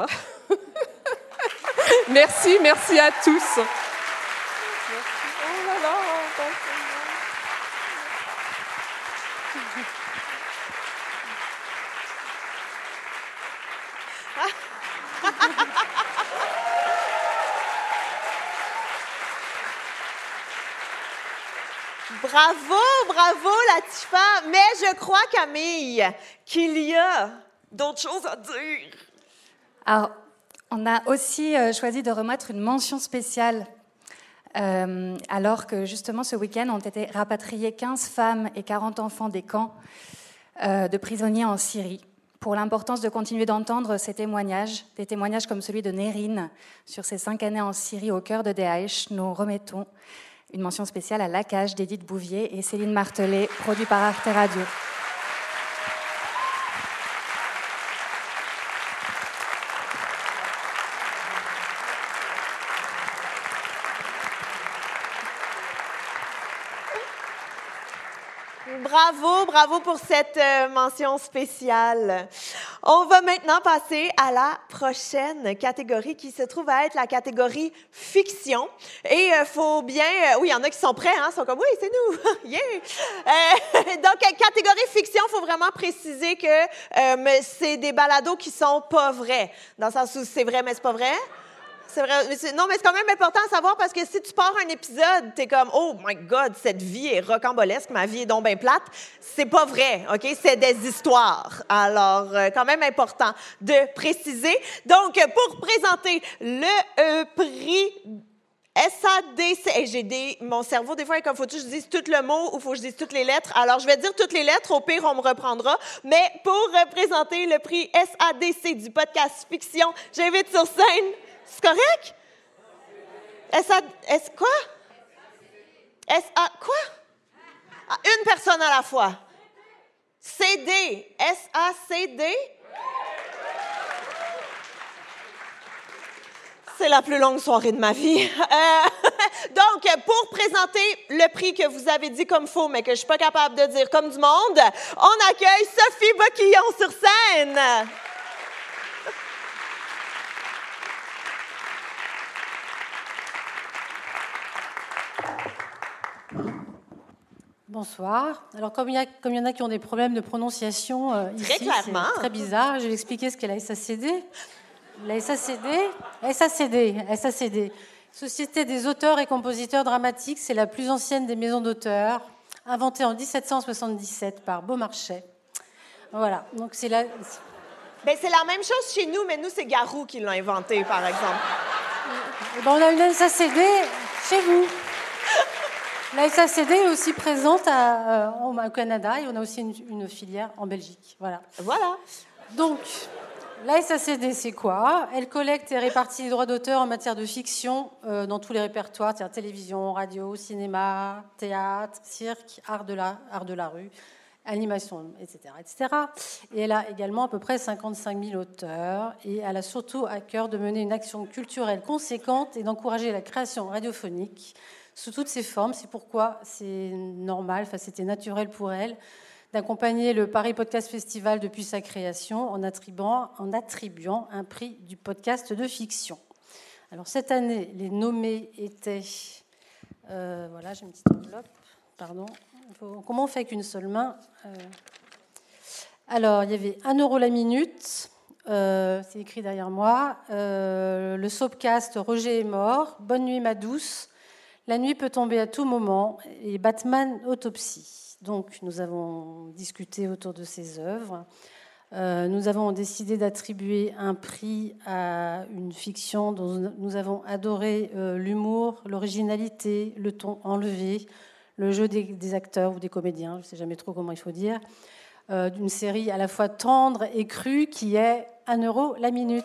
Merci, merci à tous. Merci. Oh là là, Bravo, bravo Latifa. Mais je crois, Camille, qu'il y a d'autres choses à dire. Alors, on a aussi choisi de remettre une mention spéciale euh, alors que justement ce week-end ont été rapatriés quinze femmes et quarante enfants des camps euh, de prisonniers en Syrie. Pour l'importance de continuer d'entendre ces témoignages, des témoignages comme celui de Nérine sur ses cinq années en Syrie au cœur de Daesh, nous remettons une mention spéciale à La Cage d'Édith Bouvier et Céline Martelet, produit par Arte Radio. Bravo, bravo pour cette euh, mention spéciale. On va maintenant passer à la prochaine catégorie qui se trouve à être la catégorie fiction. Et il euh, faut bien... Euh, oui, il y en a qui sont prêts, hein, sont comme « Oui, c'est nous! » Yeah! Euh, donc, catégorie fiction, il faut vraiment préciser que euh, c'est des balados qui sont pas vrais. Dans le sens où c'est vrai, mais c'est pas vrai. C'est vrai. Mais c'est, non, mais c'est quand même important à savoir parce que si tu pars un épisode, t'es comme « Oh my God, cette vie est rocambolesque, ma vie est donc bien plate. » C'est pas vrai, OK? C'est des histoires. Alors, euh, quand même important de préciser. Donc, pour présenter le euh, prix S A D C... Hey, j'ai des... Mon cerveau, des fois, est comme « Faut-tu que je dise tout le mot ou faut que je dise toutes les lettres? » Alors, je vais dire toutes les lettres. Au pire, on me reprendra. Mais pour présenter le prix S A D C du podcast Fiction, j'invite sur scène... C'est correct? S A... S... Quoi? S A... Quoi? Ah, une personne à la fois. C D. S A C D? C'est la plus longue soirée de ma vie. Euh, donc, pour présenter le prix que vous avez dit comme faux, mais que je suis pas capable de dire comme du monde, on accueille Sophie Boquillon sur scène. bonsoir. Alors, comme il y, a, comme il y en a qui ont des problèmes de prononciation euh, très ici, clairement. c'est très bizarre. Je vais expliquer ce qu'est la S A C D. La S A C D, S A C D, S A C D, Société des auteurs et compositeurs dramatiques, c'est la plus ancienne des maisons d'auteurs, inventée en dix-sept cent soixante-dix-sept par Beaumarchais. Voilà, donc c'est la... Ben, c'est la même chose chez nous, mais nous, c'est Garou qui l'a inventé, par exemple. Ben, on a une S A C D chez vous. La S A C D est aussi présente à, euh, au Canada et on a aussi une, une filière en Belgique. Voilà. Voilà. Donc, la S A C D, c'est quoi? Elle collecte et répartit les droits d'auteur en matière de fiction euh, dans tous les répertoires, c'est-à-dire télévision, radio, cinéma, théâtre, cirque, art de la, art de la rue, animation, et cetera, et cetera. Et elle a également à peu près cinquante-cinq mille auteurs et elle a surtout à cœur de mener une action culturelle conséquente et d'encourager la création radiophonique sous toutes ses formes. C'est pourquoi c'est normal, enfin c'était naturel pour elle d'accompagner le Paris Podcast Festival depuis sa création en attribuant, en attribuant un prix du podcast de fiction. Alors cette année, les nommés étaient... Euh, voilà, j'ai une petite enveloppe, pardon. Faut, comment on fait avec une seule main euh, Alors, il y avait un euro la minute, euh, c'est écrit derrière moi, euh, le Soapcast Roger est mort, Bonne nuit ma douce, La nuit peut tomber à tout moment et Batman Autopsie. Donc, nous avons discuté autour de ces œuvres. Euh, nous avons décidé d'attribuer un prix à une fiction dont nous avons adoré euh, l'humour, l'originalité, le ton enlevé, le jeu des, des acteurs ou des comédiens, je ne sais jamais trop comment il faut dire, euh, d'une série à la fois tendre et crue qui est un euro la minute.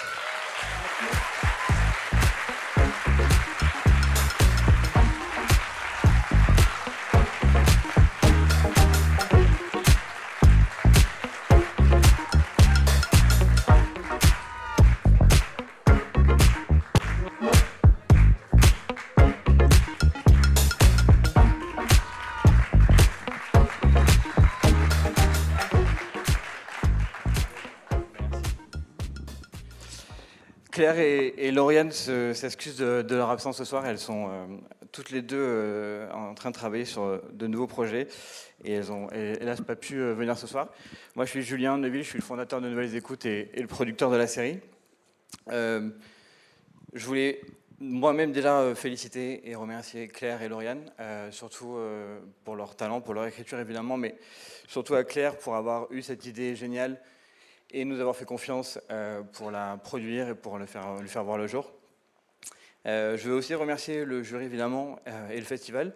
Claire et, et Lauriane se, s'excusent de, de leur absence ce soir. Elles sont euh, toutes les deux euh, en train de travailler sur de nouveaux projets et elles ont hélas pas pu euh, venir ce soir. Moi, je suis Julien Neuville, je suis le fondateur de Nouvelles Écoutes et, et le producteur de la série. Euh, je voulais moi-même déjà féliciter et remercier Claire et Lauriane, euh, surtout euh, pour leur talent, pour leur écriture évidemment, mais surtout à Claire pour avoir eu cette idée géniale et nous avoir fait confiance euh, pour la produire et pour le faire, lui faire voir le jour. Euh, je veux aussi remercier le jury, évidemment, euh, et le festival.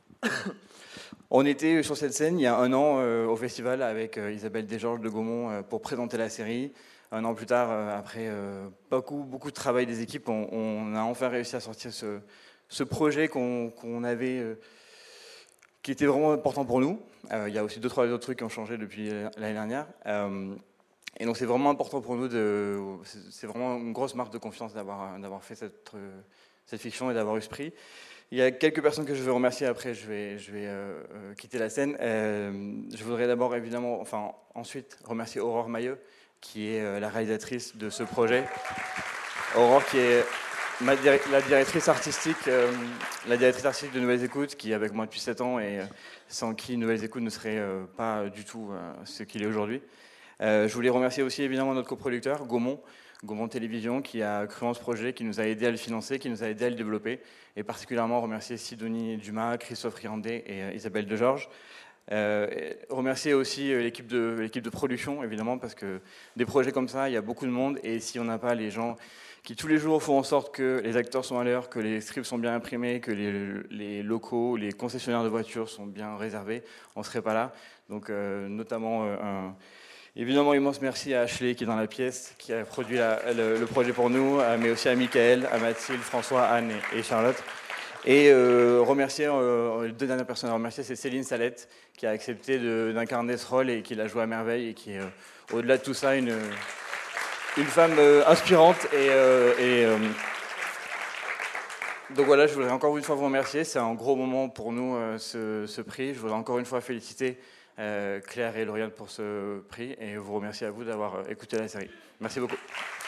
On était sur cette scène il y a un an euh, au festival avec euh, Isabelle Desgeorges de Gaumont euh, pour présenter la série. Un an plus tard, euh, après euh, beaucoup, beaucoup de travail des équipes, on, on a enfin réussi à sortir ce, ce projet qu'on, qu'on avait, euh, qui était vraiment important pour nous. Euh, il y a aussi deux, trois autres trucs qui ont changé depuis l'année dernière. Euh, Et donc c'est vraiment important pour nous, de, c'est vraiment une grosse marque de confiance d'avoir, d'avoir fait cette, cette fiction et d'avoir eu ce prix. Il y a quelques personnes que je veux remercier, après je vais, je vais euh, quitter la scène. Euh, je voudrais d'abord évidemment, enfin ensuite remercier Aurore Mailleux, qui est euh, la réalisatrice de ce projet. Aurore qui est ma, la directrice artistique, euh, la directrice artistique de Nouvelles Écoutes, qui est avec moi depuis sept ans et euh, sans qui Nouvelles Écoutes ne serait euh, pas du tout euh, ce qu'il est aujourd'hui. Euh, je voulais remercier aussi évidemment notre coproducteur, Gaumont, Gaumont Télévision, qui a cru en ce projet, qui nous a aidé à le financer, qui nous a aidé à le développer, et particulièrement remercier Sidonie Dumas, Christophe Riandé et euh, Isabelle Desgeorges. Euh, remercier aussi l'équipe de, l'équipe de production, évidemment, parce que des projets comme ça, il y a beaucoup de monde, et si on n'a pas les gens qui tous les jours font en sorte que les acteurs sont à l'heure, que les scripts sont bien imprimés, que les, les locaux, les concessionnaires de voitures sont bien réservés, on ne serait pas là. Donc euh, notamment euh, un... Évidemment, immense merci à Ashley qui est dans la pièce, qui a produit la, le, le projet pour nous, mais aussi à Michael, à Mathilde, François, Anne et, et Charlotte. Et euh, remercier, euh, les deux dernières personnes à remercier, c'est Céline Salette, qui a accepté de, d'incarner ce rôle et qui l'a joué à merveille, et qui est, euh, au-delà de tout ça, une, une femme euh, inspirante. Et, euh, et euh, donc voilà, je voudrais encore une fois vous remercier. C'est un gros moment pour nous, euh, ce, ce prix. Je voudrais encore une fois féliciter Euh, Claire et Lauriane pour ce prix et vous remercier à vous d'avoir euh, écouté la série. Merci beaucoup.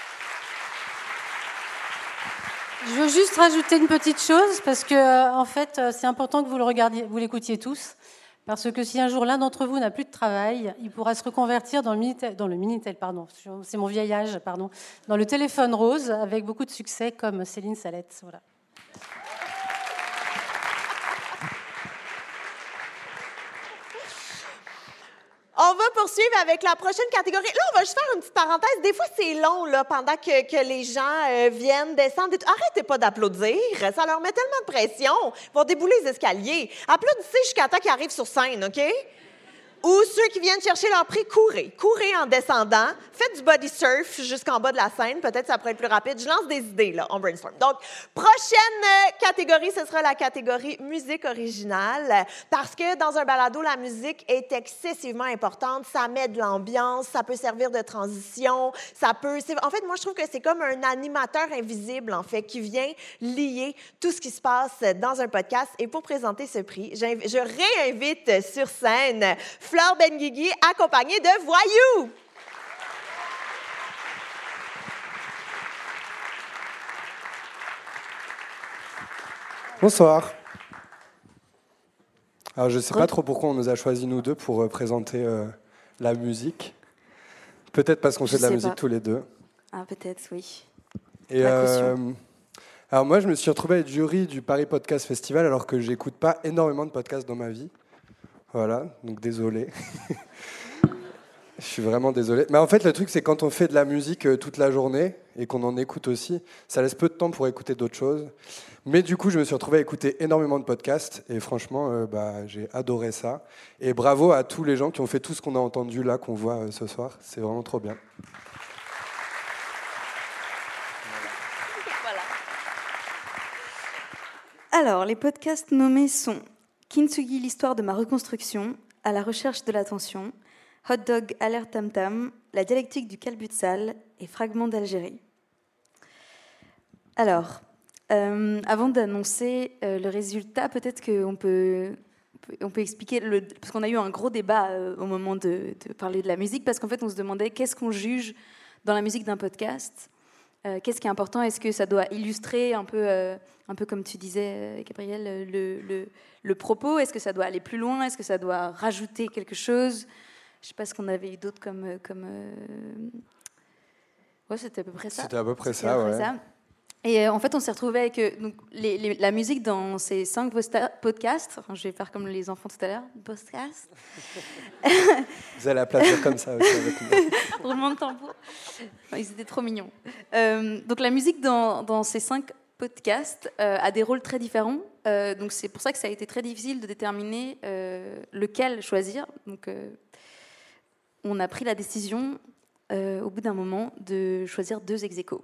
Je veux juste rajouter une petite chose parce que euh, en fait c'est important que vous le regardiez, vous l'écoutiez tous, Parce que si un jour l'un d'entre vous n'a plus de travail, il pourra se reconvertir dans le Minitel, dans le Minitel, pardon, c'est mon vieil âge, pardon, dans le téléphone rose avec beaucoup de succès comme Céline Salette. Voilà. On va poursuivre avec la prochaine catégorie. Là, on va juste faire une petite parenthèse. Des fois, c'est long là, pendant que, que les gens euh, viennent, descendent. Et tout. Arrêtez pas d'applaudir. Ça leur met tellement de pression. Ils vont débouler les escaliers. Applaudissez jusqu'à temps qu'ils arrivent sur scène, OK? Ou ceux qui viennent chercher leur prix, courez. Courez en descendant. Faites du body surf jusqu'en bas de la scène. Peut-être ça pourrait être plus rapide. Je lance des idées, là. On brainstorm. Donc, prochaine catégorie, ce sera la catégorie musique originale. Parce que dans un balado, la musique est excessivement importante. Ça met de l'ambiance. Ça peut servir de transition. Ça peut... c'est- En fait, moi, je trouve que c'est comme un animateur invisible, en fait, qui vient lier tout ce qui se passe dans un podcast. Et pour présenter ce prix, j'inv- je réinvite sur scène Flore Benguigui, accompagnée de Voyou. Bonsoir. Alors, je ne sais pas trop pourquoi on nous a choisis, nous deux, pour euh, présenter euh, la musique. Peut-être parce qu'on Je fait de la sais musique pas. tous les deux. Ah, peut-être, oui. Et La euh, caution. alors moi, je me suis retrouvé à être jury du Paris Podcast Festival alors que j'écoute pas énormément de podcasts dans ma vie. Voilà, donc désolé. Je suis vraiment désolé. Mais en fait, le truc, c'est quand on fait de la musique euh, toute la journée et qu'on en écoute aussi, ça laisse peu de temps pour écouter d'autres choses. Mais du coup, je me suis retrouvé à écouter énormément de podcasts et franchement, euh, bah, j'ai adoré ça. Et bravo à tous les gens qui ont fait tout ce qu'on a entendu là, qu'on voit euh, ce soir. C'est vraiment trop bien. Alors, les podcasts nommés sont Kintsugi, l'histoire de ma reconstruction, À la recherche de l'attention, Hot Dog, Alerte Tam Tam, La dialectique du calbutsal et Fragments d'Algérie. Alors, euh, avant d'annoncer euh, le résultat, peut-être qu'on peut, on peut expliquer, le, parce qu'on a eu un gros débat euh, au moment de, de parler de la musique, parce qu'en fait, on se demandait qu'est-ce qu'on juge dans la musique d'un podcast. Euh, qu'est-ce qui est important? Est-ce que ça doit illustrer un peu, euh, un peu comme tu disais, Gabriel, le, le, le propos? Est-ce que ça doit aller plus loin? Est-ce que ça doit rajouter quelque chose? Je ne sais pas ce qu'on avait eu d'autre comme... comme euh... Ouais, c'était à peu près ça. C'était à peu près C'était ça, à peu près ouais. ça. Et euh, en fait, on s'est retrouvés avec euh, donc, les, les, la musique dans ces cinq posta- podcasts. Enfin, je vais faire comme les enfants tout à l'heure. Podcasts. Vous allez applaudir comme ça aussi avec nous. Roulement de tambour. Enfin, ils étaient trop mignons. Euh, donc la musique dans, dans ces cinq podcasts euh, a des rôles très différents. Euh, donc c'est pour ça que ça a été très difficile de déterminer euh, lequel choisir. Donc euh, on a pris la décision, euh, au bout d'un moment, de choisir deux ex-aequo.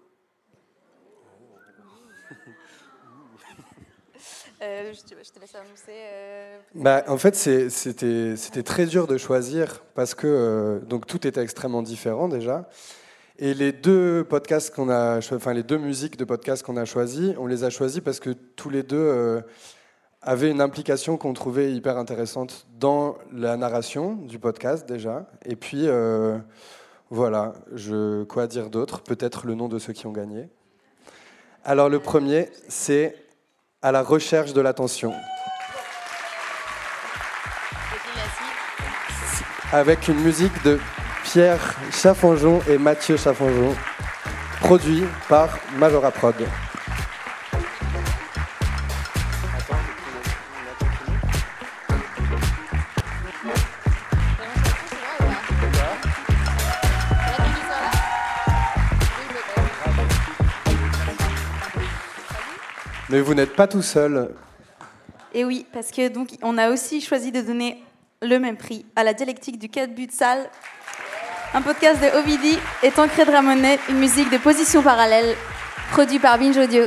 Euh, je, te, je te laisse annoncer. Euh, Bah, en fait, c'est- c'était c'était très dur de choisir parce que euh, donc tout était extrêmement différent déjà. Et les deux podcasts qu'on a, cho- enfin les deux musiques de podcasts qu'on a choisis, on les a choisis parce que tous les deux euh, avaient une implication qu'on trouvait hyper intéressante dans la narration du podcast déjà. Et puis euh, voilà, je quoi dire d'autre? Peut-être le nom de ceux qui ont gagné. Alors le premier, c'est À la recherche de l'attention. Avec une musique de Pierre Chaffanjon et Mathieu Chaffanjon, produit par Majora Prod. Mais vous n'êtes pas tout seul. Et oui, parce que donc on a aussi choisi de donner le même prix à La dialectique du calbutsal, un podcast de Ovidi et Tancred Ramonet, une musique de position parallèle, produit par Binge Audio.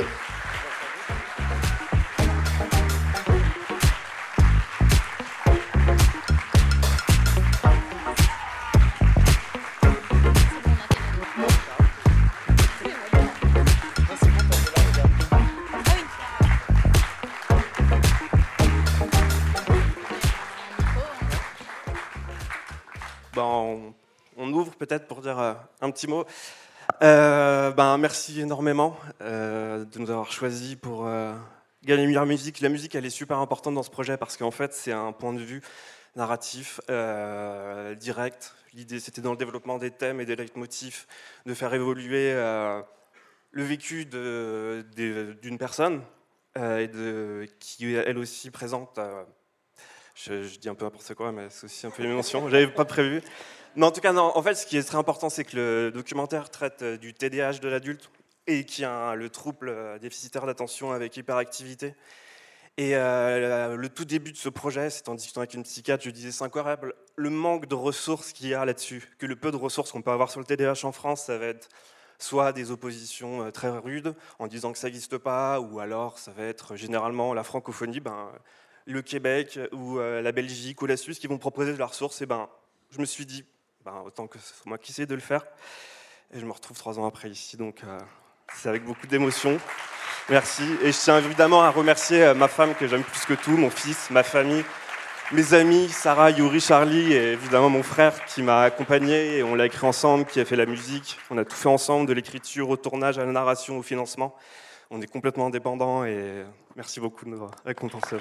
Ben, on, on ouvre peut-être pour dire euh, un petit mot. Euh, ben, merci énormément euh, de nous avoir choisis pour euh, gagner meilleure musique. La musique, elle est super importante dans ce projet parce qu'en fait, c'est un point de vue narratif, euh, direct. L'idée, c'était dans le développement des thèmes et des leitmotifs, de faire évoluer euh, le vécu de, de, d'une personne, euh, et de, qui est elle aussi présente. Euh, je, je dis un peu n'importe quoi, mais c'est aussi un peu une mention. J'avais pas prévu. Mais en tout cas, non. En fait, ce qui est très important, c'est que le documentaire traite du T D A H de l'adulte et qui a le trouble déficitaire d'attention avec hyperactivité. Et euh, le tout début de ce projet, c'est en discutant avec une psychiatre, je disais c'est incroyable le manque de ressources qu'il y a là-dessus, que le peu de ressources qu'on peut avoir sur le T D A H en France, ça va être soit des oppositions très rudes en disant que ça n'existe pas, ou alors ça va être généralement la francophonie, ben, le Québec ou euh, la Belgique ou la Suisse qui vont proposer de la ressource. Et ben, je me suis dit, ben, autant que ce soit moi qui essaie de le faire. Et je me retrouve trois ans après ici, donc euh, c'est avec beaucoup d'émotion. Merci. Et je tiens évidemment à remercier ma femme que j'aime plus que tout, mon fils, ma famille, mes amis, Sarah, Yuri, Charlie et évidemment mon frère qui m'a accompagné. Et on l'a écrit ensemble, qui a fait la musique. On a tout fait ensemble, de l'écriture au tournage, à la narration, au financement. On est complètement indépendants et merci beaucoup de nous récompenser.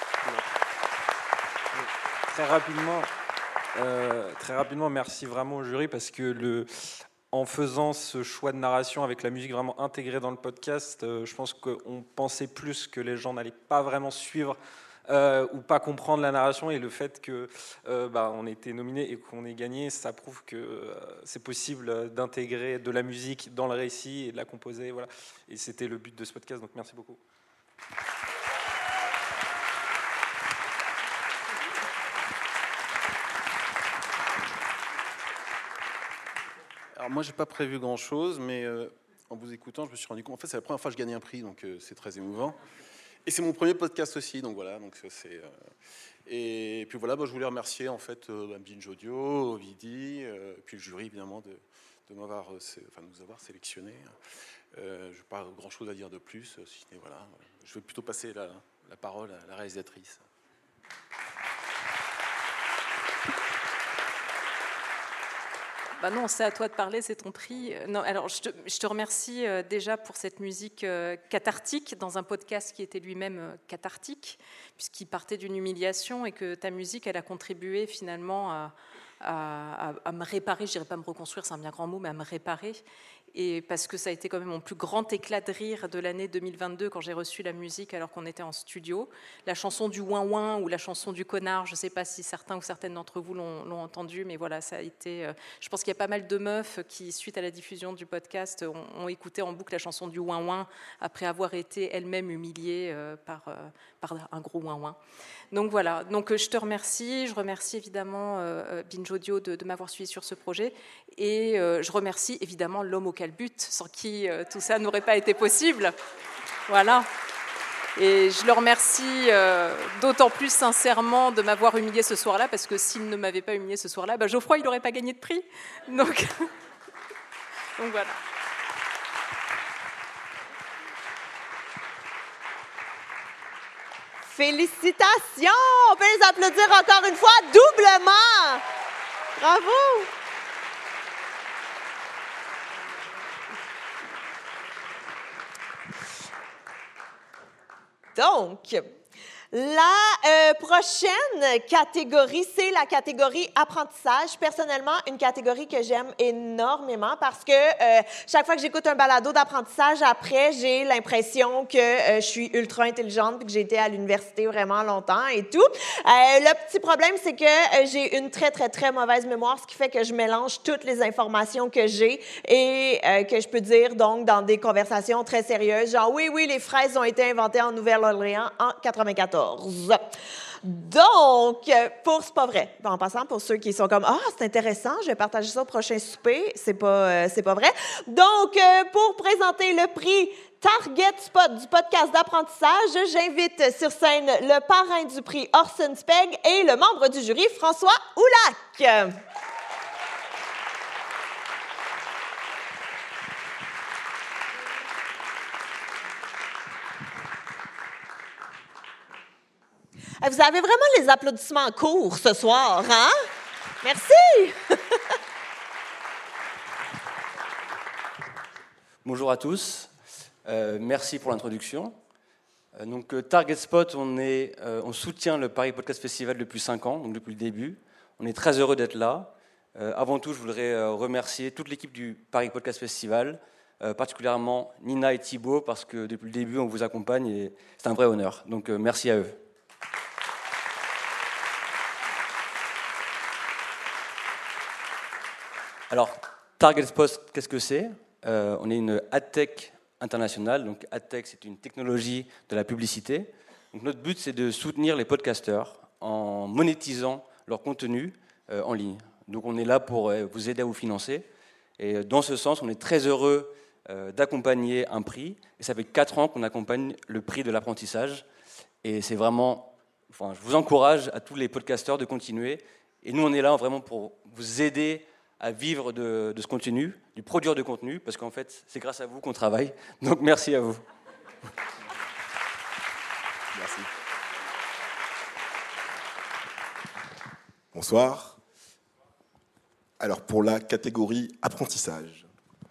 Très rapidement, euh, très rapidement, merci vraiment au jury parce que le, en faisant ce choix de narration avec la musique vraiment intégrée dans le podcast, euh, je pense qu'on pensait plus que les gens n'allaient pas vraiment suivre euh, ou pas comprendre la narration, et le fait que euh, bah, on ait été nominé et qu'on ait gagné, ça prouve que euh, c'est possible d'intégrer de la musique dans le récit et de la composer. Voilà. Et c'était le but de ce podcast, donc merci beaucoup. Alors moi, j'ai pas prévu grand-chose, mais euh, en vous écoutant, je me suis rendu compte. En fait, c'est la première fois que je gagne un prix, donc euh, c'est très émouvant. Et c'est mon premier podcast aussi, donc voilà. Donc c'est. Euh, et puis voilà, bah, je voulais remercier en fait euh, Binge Audio, Ovidie, euh, puis le jury évidemment de, de m'avoir, euh, enfin, de nous avoir sélectionnés. Euh, je n'ai pas grand-chose à dire de plus, si ce n'est voilà. Je vais plutôt passer la, la parole à la réalisatrice. Bah non, c'est à toi de parler, c'est ton prix. Non, alors je te, je te remercie euh, déjà pour cette musique euh, cathartique dans un podcast qui était lui-même euh, cathartique, puisqu'il partait d'une humiliation et que ta musique, elle a contribué finalement à, à, à, à me réparer. Je dirais pas me reconstruire, c'est un bien grand mot, mais à me réparer. Et parce que ça a été quand même mon plus grand éclat de rire de l'année deux mille vingt-deux quand j'ai reçu la musique alors qu'on était en studio. La chanson du ouin ouin ou la chanson du connard, je ne sais pas si certains ou certaines d'entre vous l'ont, l'ont entendu, mais voilà, ça a été... Euh, je pense qu'il y a pas mal de meufs qui, suite à la diffusion du podcast, ont, ont écouté en boucle la chanson du ouin ouin après avoir été elles-mêmes humiliées euh, par, euh, par un gros ouin ouin. Donc voilà, donc je te remercie, je remercie évidemment euh, Binge Audio de, de m'avoir suivi sur ce projet, et euh, je remercie évidemment l'homme au calbut, sans qui euh, tout ça n'aurait pas été possible. Voilà. Et je le remercie euh, d'autant plus sincèrement de m'avoir humilié ce soir-là, parce que s'il ne m'avait pas humilié ce soir-là, bah Geoffroy, il n'aurait pas gagné de prix. Donc, donc voilà. Félicitations! On peut les applaudir encore une fois doublement! Bravo! Donc, la euh, prochaine catégorie, c'est la catégorie apprentissage. Personnellement, une catégorie que j'aime énormément parce que euh, chaque fois que j'écoute un balado d'apprentissage, après, j'ai l'impression que euh, je suis ultra intelligente et que j'ai été à l'université vraiment longtemps et tout. Euh, le petit problème, c'est que euh, j'ai une très, très, très mauvaise mémoire, ce qui fait que je mélange toutes les informations que j'ai et euh, que je peux dire donc dans des conversations très sérieuses, genre « Oui, oui, les fraises ont été inventées en Nouvelle-Orléans en quatre-vingt-quatorze. » Donc, pour c'est pas vrai. En passant, pour ceux qui sont comme ah, c'est intéressant, je vais partager ça au prochain souper, c'est pas euh, c'est pas vrai. Donc, euh, pour présenter le prix Target Spot du podcast d'apprentissage, j'invite sur scène le parrain du prix Orson Speg et le membre du jury François Houlac. Vous avez vraiment les applaudissements courts ce soir, hein? Merci! Bonjour à tous. Euh, merci pour l'introduction. Euh, donc euh, Target Spot, on, est, euh, on soutient le Paris Podcast Festival depuis cinq ans, donc depuis le début. On est très heureux d'être là. Euh, avant tout, je voudrais euh, remercier toute l'équipe du Paris Podcast Festival, euh, particulièrement Nina et Thibaut, parce que depuis le début, on vous accompagne et c'est un vrai honneur. Donc euh, merci à eux. Alors, Target Spot, qu'est-ce que c'est ? euh, On est une AdTech internationale. Donc, AdTech, c'est une technologie de la publicité. Donc, notre but, c'est de soutenir les podcasteurs en monétisant leur contenu euh, en ligne. Donc, on est là pour euh, vous aider à vous financer. Et dans ce sens, on est très heureux euh, d'accompagner un prix. Et ça fait quatre ans qu'on accompagne le prix de l'apprentissage. Et c'est vraiment... Enfin, je vous encourage à tous les podcasteurs de continuer. Et nous, on est là vraiment pour vous aider à vivre de, de ce contenu, du produire de contenu, parce qu'en fait, c'est grâce à vous qu'on travaille. Donc, merci à vous. Merci. Bonsoir. Alors, pour la catégorie apprentissage.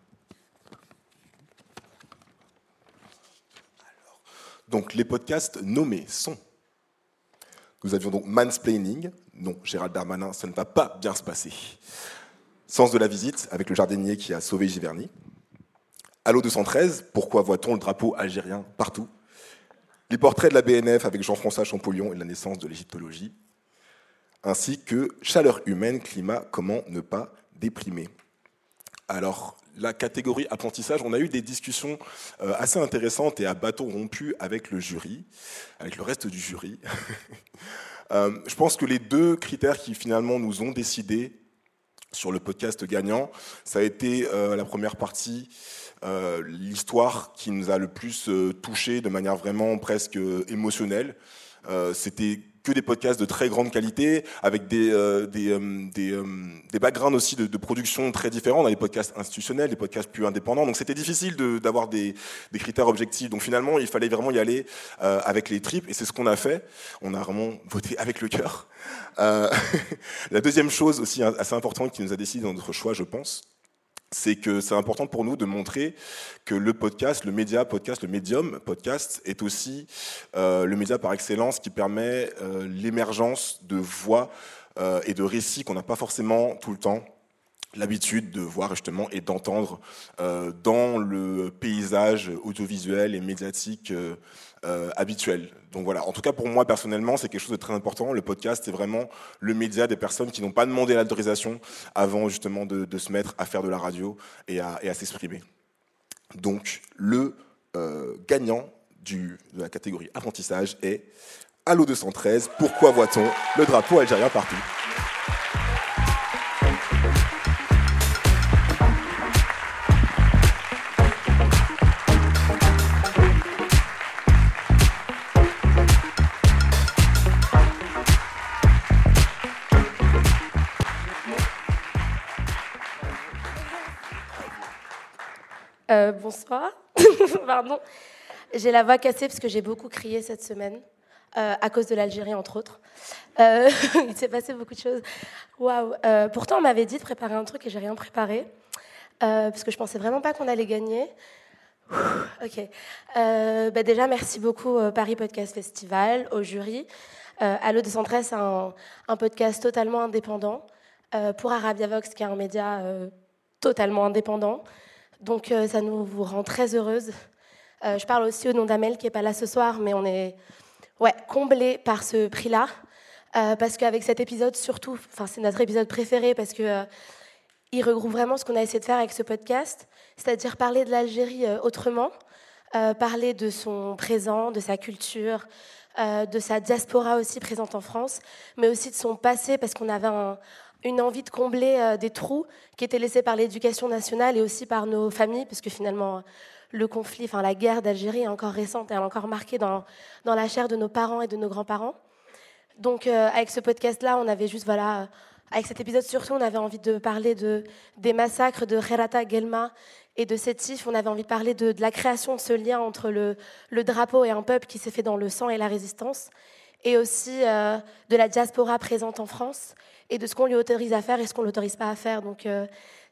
Alors, donc, les podcasts nommés sont... Nous avions donc Mansplaining. Non, Gérald Darmanin, ça ne va pas bien se passer. Sens de la visite, avec le jardinier qui a sauvé Giverny. Allo deux cent treize, pourquoi voit-on le drapeau algérien partout ? Les portraits de la B N F avec Jean-François Champollion et la naissance de l'égyptologie. Ainsi que Chaleur humaine, climat, comment ne pas déprimer. Alors, la catégorie apprentissage, on a eu des discussions assez intéressantes et à bâton rompu avec le jury, avec le reste du jury. euh, je pense que les deux critères qui finalement nous ont décidé sur le podcast gagnant, ça a été euh, la première partie, euh, l'histoire qui nous a le plus euh, touché de manière vraiment presque euh, émotionnelle. Euh, c'était que des podcasts de très grande qualité, avec des, euh, des, euh, des, euh, des backgrounds aussi de, de production très différents. On a des podcasts institutionnels, des podcasts plus indépendants. Donc c'était difficile de, d'avoir des, des critères objectifs. Donc finalement, il fallait vraiment y aller euh, avec les tripes, et c'est ce qu'on a fait. On a vraiment voté avec le cœur. Euh, la deuxième chose aussi assez importante qui nous a décidé dans notre choix, je pense, c'est que c'est important pour nous de montrer que le podcast, le média podcast, le médium podcast est aussi euh, le média par excellence qui permet euh, l'émergence de voix euh, et de récits qu'on n'a pas forcément tout le temps l'habitude de voir justement et d'entendre euh, dans le paysage audiovisuel et médiatique euh, euh, habituel. Donc voilà, en tout cas pour moi personnellement, c'est quelque chose de très important. Le podcast, c'est vraiment le média des personnes qui n'ont pas demandé l'autorisation avant justement de, de se mettre à faire de la radio et à, et à s'exprimer. Donc le euh, gagnant du, de la catégorie apprentissage est Allo deux cent treize. Pourquoi voit-on le drapeau algérien partout ? Euh, bonsoir. Pardon. J'ai la voix cassée parce que j'ai beaucoup crié cette semaine, euh, à cause de l'Algérie, entre autres. Euh, il s'est passé beaucoup de choses. Waouh. Euh, pourtant, on m'avait dit de préparer un truc et j'ai rien préparé, euh, parce que je pensais vraiment pas qu'on allait gagner. Ok. Euh, bah déjà, merci beaucoup au Paris Podcast Festival, au jury. Euh, Allo deux cent treize, c'est un, un podcast totalement indépendant, euh, pour Arabia Vox, qui est un média euh, totalement indépendant. Donc euh, ça nous vous rend très heureuse. Euh, je parle aussi au nom d'Amel qui n'est pas là ce soir, mais on est ouais, comblés par ce prix-là. Euh, parce qu'avec cet épisode, surtout, c'est notre épisode préféré parce qu'il euh, regroupe vraiment ce qu'on a essayé de faire avec ce podcast, c'est-à-dire parler de l'Algérie euh, autrement, euh, parler de son présent, de sa culture, euh, de sa diaspora aussi présente en France, mais aussi de son passé, parce qu'on avait un... une envie de combler euh, des trous qui étaient laissés par l'éducation nationale et aussi par nos familles, parce que finalement, le conflit, enfin la guerre d'Algérie est encore récente et elle est encore marquée dans, dans la chair de nos parents et de nos grands-parents. Donc, euh, avec ce podcast-là, on avait juste, voilà, euh, avec cet épisode surtout, on avait envie de parler de, des massacres de Kherata, Guelma et de Sétif. On avait envie de parler de, de la création de ce lien entre le, le drapeau et un peuple qui s'est fait dans le sang et la résistance, et aussi euh, de la diaspora présente en France, et de ce qu'on lui autorise à faire et ce qu'on ne l'autorise pas à faire. Donc, euh,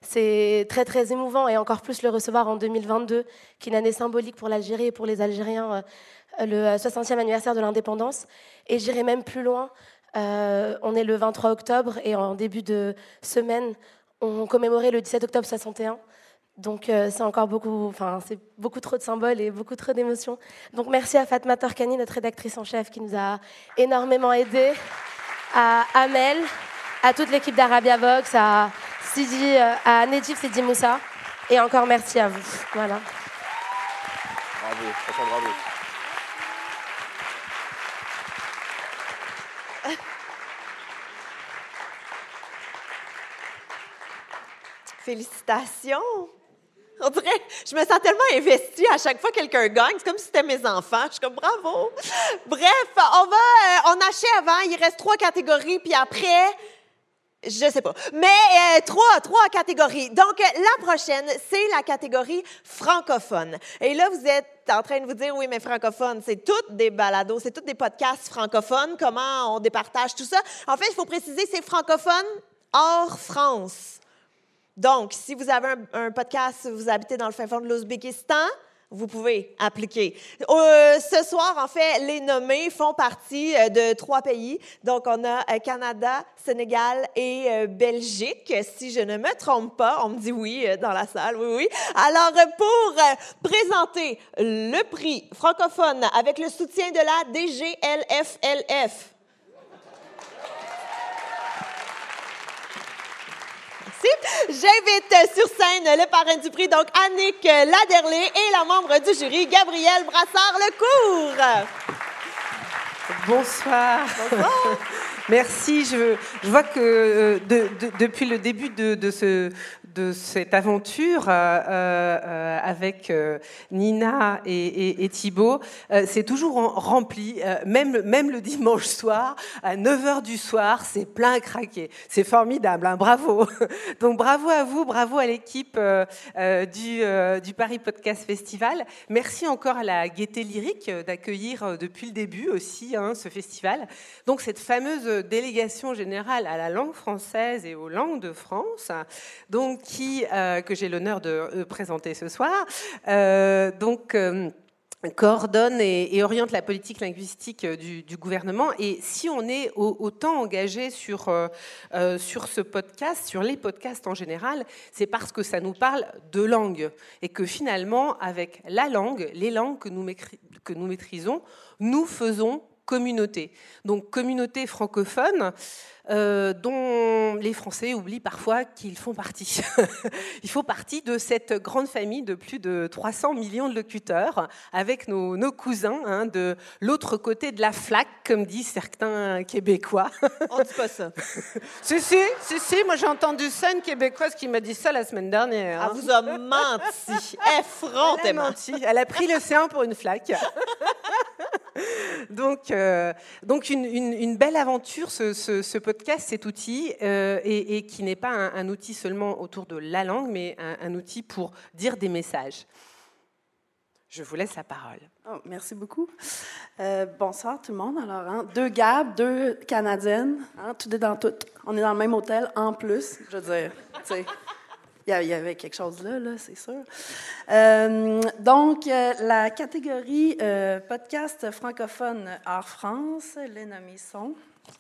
c'est très très émouvant et encore plus le recevoir en deux mille vingt-deux, qui est une année symbolique pour l'Algérie et pour les Algériens, euh, le soixantième anniversaire de l'indépendance. Et j'irai même plus loin, euh, on est le vingt-trois octobre et en début de semaine, on commémorait le dix-sept octobre soixante et un. Donc euh, c'est encore beaucoup, enfin c'est beaucoup trop de symboles et beaucoup trop d'émotions. Donc merci à Fatma Torkani, notre rédactrice en chef, qui nous a énormément aidés, à Amel, à toute l'équipe d'Arabia Vox, à Sidi, à Nedjif Sidi Moussa, et encore merci à vous. Voilà. Bravo, franchement bravo. Félicitations! On dirait, je me sens tellement investie à chaque fois que quelqu'un gagne. C'est comme si c'était mes enfants. Je suis comme bravo. Bref, on va, euh, on achève avant. Il reste trois catégories, puis après, je sais pas. Mais euh, trois, trois catégories. Donc la prochaine, c'est la catégorie francophone. Et là, vous êtes en train de vous dire, oui, mais francophone, c'est toutes des balados, c'est toutes des podcasts francophones. Comment on départage tout ça? En fait, il faut préciser, c'est francophone hors France. Donc, si vous avez un, un podcast, vous habitez dans le fin fond de l'Ouzbékistan, vous pouvez appliquer. Euh, ce soir, en fait, les nommés font partie euh, de trois pays. Donc, on a euh, Canada, Sénégal et euh, Belgique. Si je ne me trompe pas, on me dit oui euh, dans la salle, oui, oui. Alors, euh, pour euh, présenter le prix francophone avec le soutien de la D G L F L F, j'invite sur scène le parrain du prix, donc Annick Laderlé, et la membre du jury, Gabrielle Brassard-Lecourt. Bonsoir. Bonsoir. Merci. Je, je vois que de, de, depuis le début de, de, ce, de cette aventure euh, euh, avec euh, Nina et, et, et Thibaut, euh, c'est toujours rempli, euh, même, même le dimanche soir, à neuf heures du soir, c'est plein à craquer. C'est formidable, hein, bravo. Donc bravo à vous, bravo à l'équipe euh, euh, du, euh, du Paris Podcast Festival. Merci encore à la Gaieté Lyrique d'accueillir euh, depuis le début aussi hein, ce festival. Donc cette fameuse délégation générale à la langue française et aux langues de France, donc qui euh, que j'ai l'honneur de euh, présenter ce soir. Euh, donc euh, coordonne et, et oriente la politique linguistique du, du gouvernement. Et si on est au, autant engagé sur, euh, euh, sur ce podcast, sur les podcasts en général, c'est parce que ça nous parle de langue. Et que finalement, avec la langue, les langues que nous, maîtris- que nous maîtrisons, nous faisons communauté. Donc communauté francophone euh, dont les Français oublient parfois qu'ils font partie. Ils font partie de cette grande famille de plus de trois cents millions de locuteurs avec nos, nos cousins hein, de l'autre côté de la flaque, comme disent certains Québécois. On ne dit pas ça. si, si, si, si, moi j'ai entendu ça, une Québécoise qui m'a dit ça la semaine dernière. Hein. Elle vous a menti, effrontément. Elle a menti, elle a pris l'océan pour une flaque. Donc, euh, donc une, une, une belle aventure, ce, ce, ce podcast, cet outil, euh, et, et qui n'est pas un, un outil seulement autour de la langue, mais un, un outil pour dire des messages. Je vous laisse la parole. Oh, merci beaucoup. Euh, bonsoir tout le monde. Alors, hein, deux Gab, deux Canadiennes, hein, tout est dans tout. On est dans le même hôtel en plus, je veux dire. Tu sais. Il y avait quelque chose là, là c'est sûr. Euh, donc, euh, la catégorie euh, podcast francophone hors France, les nommés sont...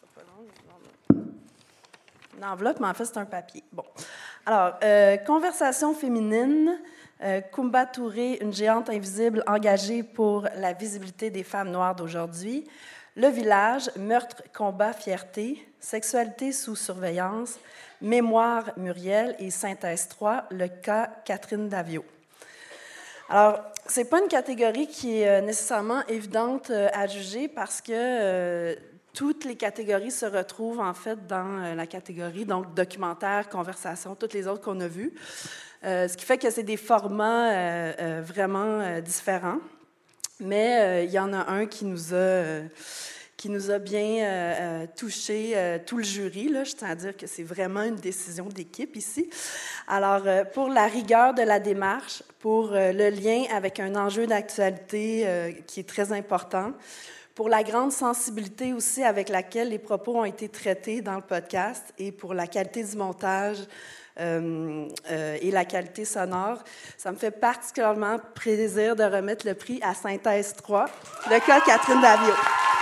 Une enveloppe, mais en fait, c'est un papier. Bon. Alors, euh, conversation féminine, euh, Koumba Touré, une géante invisible engagée pour la visibilité des femmes noires d'aujourd'hui. Le village, meurtre, combat, fierté, sexualité sous surveillance, Mémoire Muriel et Synthèse trois, le cas Catherine Davio. Alors, ce n'est pas une catégorie qui est nécessairement évidente à juger parce que euh, toutes les catégories se retrouvent en fait dans la catégorie donc documentaire, conversation, toutes les autres qu'on a vues. Euh, ce qui fait que c'est des formats euh, euh, vraiment euh, différents. Mais euh, il y en a un qui nous a... Euh, qui nous a bien euh, euh, touché euh, tout le jury. Là, je tiens à dire que c'est vraiment une décision d'équipe ici. Alors, euh, pour la rigueur de la démarche, pour euh, le lien avec un enjeu d'actualité euh, qui est très important, pour la grande sensibilité aussi avec laquelle les propos ont été traités dans le podcast et pour la qualité du montage euh, euh, et la qualité sonore. Ça me fait particulièrement plaisir de remettre le prix à Synthèse trois, le cas Catherine Davio.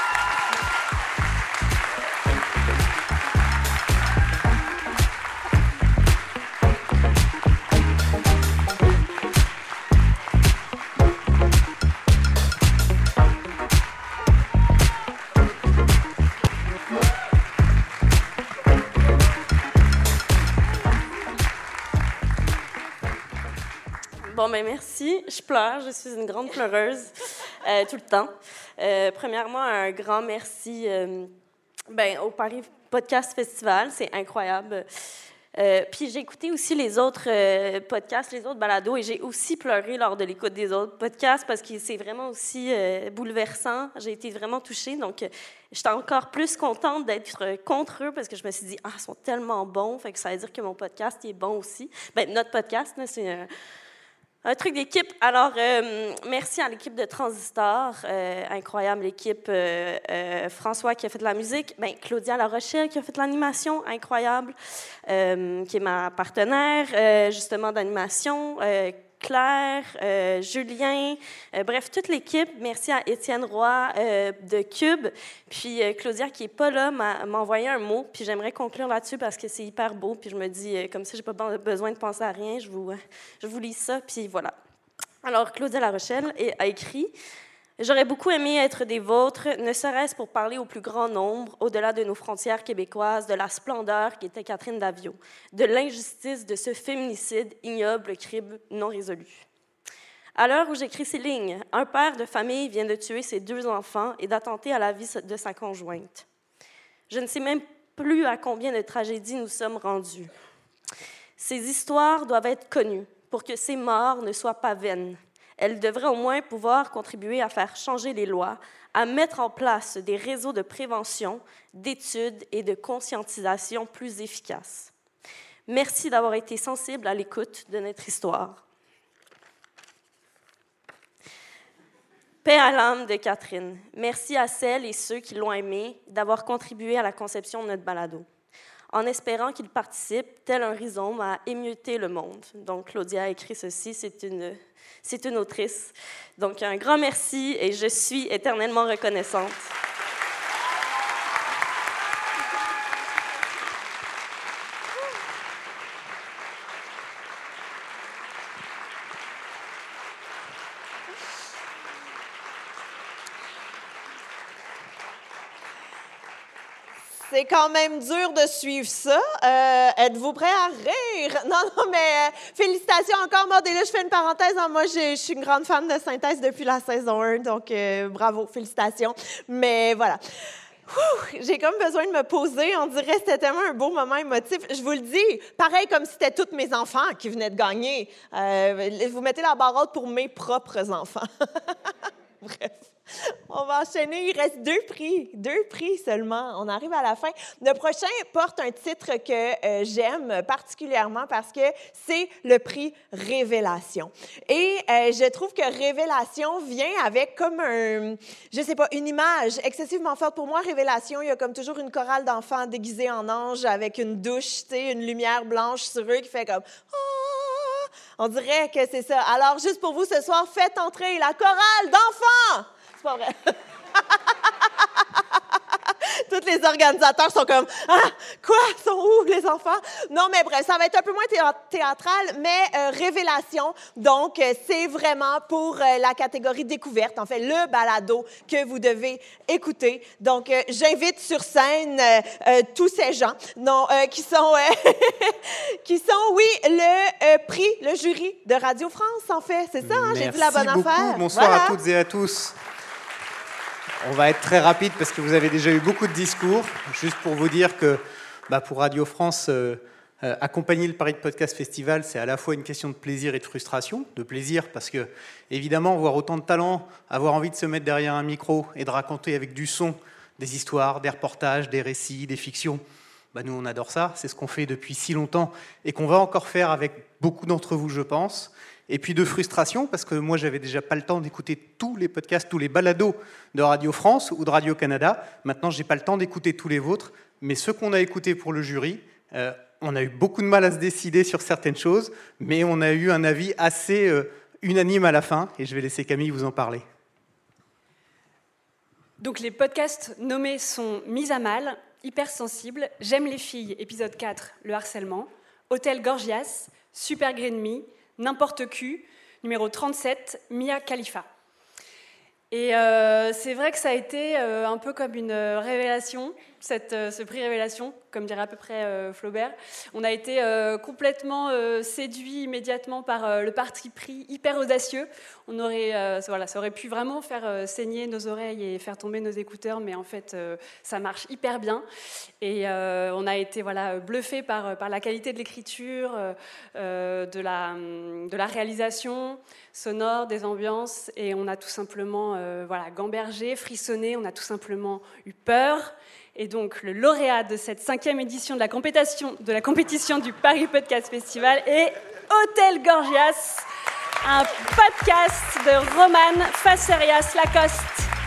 Bon, ben merci. Je pleure. Je suis une grande pleureuse euh, tout le temps. Euh, premièrement, un grand merci euh, ben, au Paris Podcast Festival. C'est incroyable. Euh, puis j'ai écouté aussi les autres euh, podcasts, les autres balados, et j'ai aussi pleuré lors de l'écoute des autres podcasts parce que c'est vraiment aussi euh, bouleversant. J'ai été vraiment touchée. Donc, euh, j'étais encore plus contente d'être contre eux parce que je me suis dit, ah, ils sont tellement bons. Fait que ça veut dire que mon podcast il est bon aussi. Ben, notre podcast, là, c'est un. Un truc d'équipe. Alors, euh, merci à l'équipe de Transistor, euh, incroyable équipe. Euh, euh, François qui a fait de la musique, ben, Claudia Larochelle qui a fait de l'animation, incroyable, euh, qui est ma partenaire, euh, justement, d'animation. Euh, Claire, euh, Julien, euh, bref, toute l'équipe. Merci à Étienne Roy euh, de Cube. Puis euh, Claudia, qui n'est pas là, m'a, m'a envoyé un mot. Puis j'aimerais conclure là-dessus parce que c'est hyper beau. Puis je me dis, euh, comme ça, je n'ai pas besoin de penser à rien. Je vous, euh, je vous lis ça. Puis voilà. Alors, Claudia Larochelle a écrit « J'aurais beaucoup aimé être des vôtres, ne serait-ce pour parler au plus grand nombre, au-delà de nos frontières québécoises, de la splendeur qui était Catherine Davio, de l'injustice de ce féminicide ignoble, crime non résolu. À l'heure où j'écris ces lignes, un père de famille vient de tuer ses deux enfants et d'attenter à la vie de sa conjointe. Je ne sais même plus à combien de tragédies nous sommes rendus. Ces histoires doivent être connues pour que ces morts ne soient pas vaines. Elle devrait au moins pouvoir contribuer à faire changer les lois, à mettre en place des réseaux de prévention, d'études et de conscientisation plus efficaces. Merci d'avoir été sensible à l'écoute de notre histoire. Paix à l'âme de Catherine. Merci à celles et ceux qui l'ont aimée d'avoir contribué à la conception de notre balado, en espérant qu'il participe, tel un rhizome, à émietter le monde. Donc, Claudia a écrit ceci, c'est une, c'est une autrice. Donc, un grand merci et je suis éternellement reconnaissante. C'est quand même dur de suivre ça. Euh, êtes-vous prêts à rire? Non, non, mais euh, félicitations encore. Moi, dès là, je fais une parenthèse. Hein, moi, je, je suis une grande fan de Synthèse depuis la saison un, donc euh, bravo, félicitations. Mais voilà. Ouh, j'ai comme besoin de me poser. On dirait que c'était tellement un beau moment émotif. Je vous le dis, pareil comme si c'était tous mes enfants qui venaient de gagner. Euh, vous mettez la barre haute pour mes propres enfants. Bref. On va enchaîner. Il reste deux prix. Deux prix seulement. On arrive à la fin. Le prochain porte un titre que euh, j'aime particulièrement parce que c'est le prix Révélation. Et euh, je trouve que Révélation vient avec comme un, je sais pas, une image excessivement forte. Pour moi, Révélation, il y a comme toujours une chorale d'enfants déguisés en anges avec une douche, tu sais, une lumière blanche sur eux qui fait comme... Oh! On dirait que c'est ça. Alors, juste pour vous ce soir, faites entrer la chorale d'enfants! C'est pas vrai. Tous les organisateurs sont comme « Ah, quoi? Sont où les enfants? » Non, mais bref, ça va être un peu moins théâtral, mais euh, Révélation. Donc, euh, c'est vraiment pour euh, la catégorie découverte, en fait, le balado que vous devez écouter. Donc, euh, j'invite sur scène euh, euh, tous ces gens non, euh, qui sont, euh, qui sont, oui, le euh, prix, le jury de Radio France, en fait. C'est ça, hein? J'ai dit la bonne beaucoup. affaire. Bonsoir voilà. à toutes et à tous. On va être très rapide parce que vous avez déjà eu beaucoup de discours. Juste pour vous dire que bah, pour Radio France, euh, euh, accompagner le Paris Podcast Festival, c'est à la fois une question de plaisir et de frustration. De plaisir parce que, évidemment, voir autant de talents, avoir envie de se mettre derrière un micro et de raconter avec du son des histoires, des reportages, des récits, des fictions, bah, nous, on adore ça. C'est ce qu'on fait depuis si longtemps et qu'on va encore faire avec beaucoup d'entre vous, je pense. Et puis de frustration, parce que moi, j'avais déjà pas le temps d'écouter tous les podcasts, tous les balados de Radio France ou de Radio Canada. Maintenant, j'ai pas le temps d'écouter tous les vôtres, mais ceux qu'on a écoutés pour le jury, euh, on a eu beaucoup de mal à se décider sur certaines choses, mais on a eu un avis assez euh, unanime à la fin, et je vais laisser Camille vous en parler. Donc les podcasts nommés sont Mise à mal, Hypersensible, J'aime les filles, épisode quatre, le harcèlement, Hôtel Gorgias, Super Green Me, N'importe Q, numéro trente-sept, Mia Khalifa. Et euh, c'est vrai que ça a été euh, un peu comme une euh, révélation, cette, euh, ce prix révélation, comme dirait à peu près euh, Flaubert. On a été euh, complètement euh, séduits immédiatement par euh, le parti pris hyper audacieux. On aurait, euh, voilà, ça aurait pu vraiment faire euh, saigner nos oreilles et faire tomber nos écouteurs, mais en fait, euh, ça marche hyper bien. Et euh, on a été voilà, bluffés par, par la qualité de l'écriture, euh, de, la, de la réalisation sonore, des ambiances, et on a tout simplement euh, voilà, gambergé, frissonné, on a tout simplement eu peur. Et donc, le lauréat de cette cinquième édition de la compétition, de la compétition du Paris Podcast Festival est Hôtel Gorgias, un podcast de Romane Facerias Lacoste.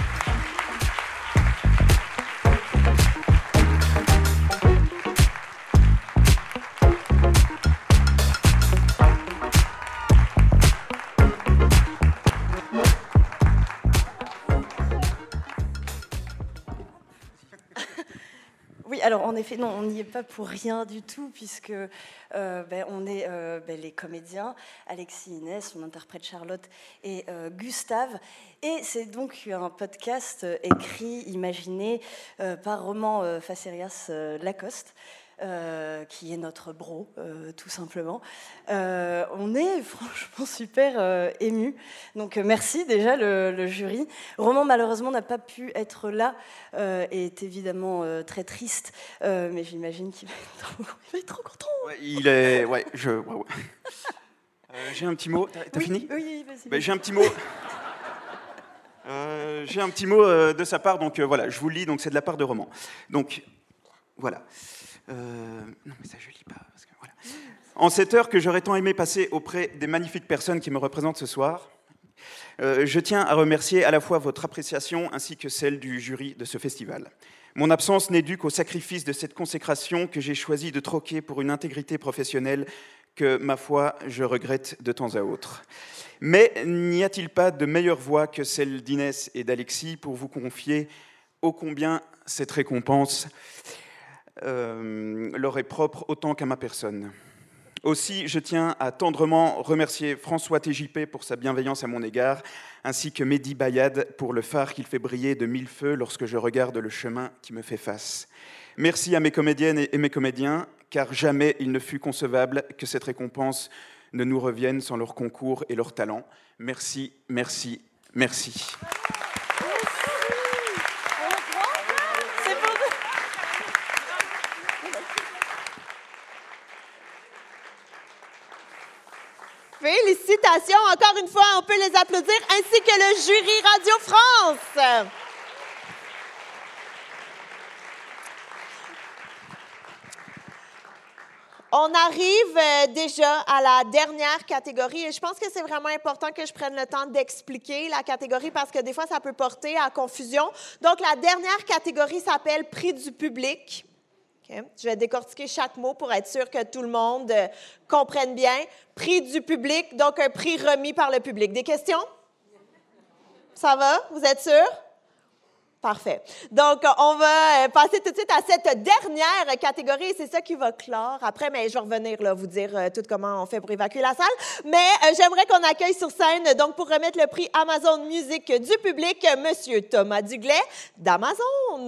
Oui, alors en effet, non, on n'y est pas pour rien du tout, puisque euh, ben, on est euh, ben, les comédiens, Alexis, Inès, on interprète Charlotte et euh, Gustave, et c'est donc un podcast euh, écrit, imaginé euh, par Roman euh, Facerias euh, Lacoste, Euh, qui est notre bro, euh, tout simplement. Euh, on est franchement super euh, émus. Donc euh, merci déjà le, le jury. Roman malheureusement n'a pas pu être là euh, et est évidemment euh, très triste, euh, mais j'imagine qu'il va être trop, il va être trop content. Ouais, il est, ouais, je, ouais, ouais. Euh, j'ai un petit mot. T'as, t'as oui, fini ? Oui, vas-y. Ben, j'ai un petit mot. Euh, j'ai un petit mot euh, de sa part, donc euh, voilà, je vous le lis. Donc c'est de la part de Roman. Donc voilà. Euh, non, mais ça, je lis pas. Parce que, voilà. En cette heure que j'aurais tant aimé passer auprès des magnifiques personnes qui me représentent ce soir, euh, je tiens à remercier à la fois votre appréciation ainsi que celle du jury de ce festival. Mon absence n'est due qu'au sacrifice de cette consécration que j'ai choisi de troquer pour une intégrité professionnelle que, ma foi, je regrette de temps à autre. Mais n'y a-t-il pas de meilleure voix que celle d'Inès et d'Alexis pour vous confier ô combien cette récompense Euh, leur est propre autant qu'à ma personne. Aussi, je tiens à tendrement remercier François T J P pour sa bienveillance à mon égard, ainsi que Mehdi Bayad pour le phare qu'il fait briller de mille feux lorsque je regarde le chemin qui me fait face. Merci à mes comédiennes et mes comédiens, car jamais il ne fut concevable que cette récompense ne nous revienne sans leur concours et leur talent. Merci, merci, merci. Félicitations, encore une fois, on peut les applaudir, ainsi que le jury Radio France. On arrive déjà à la dernière catégorie et je pense que c'est vraiment important que je prenne le temps d'expliquer la catégorie parce que des fois, ça peut porter à confusion. Donc, la dernière catégorie s'appelle Prix du public. Okay. Je vais décortiquer chaque mot pour être sûr que tout le monde euh, comprenne bien. Prix du public, donc un prix remis par le public. Des questions? Ça va? Vous êtes sûrs? Parfait. Donc, on va passer tout de suite à cette dernière catégorie et c'est ça qui va clore. Après, mais je vais revenir là, vous dire euh, tout comment on fait pour évacuer la salle. Mais euh, j'aimerais qu'on accueille sur scène, donc pour remettre le prix Amazon Music du public, M. Thomas Duglet d'Amazon.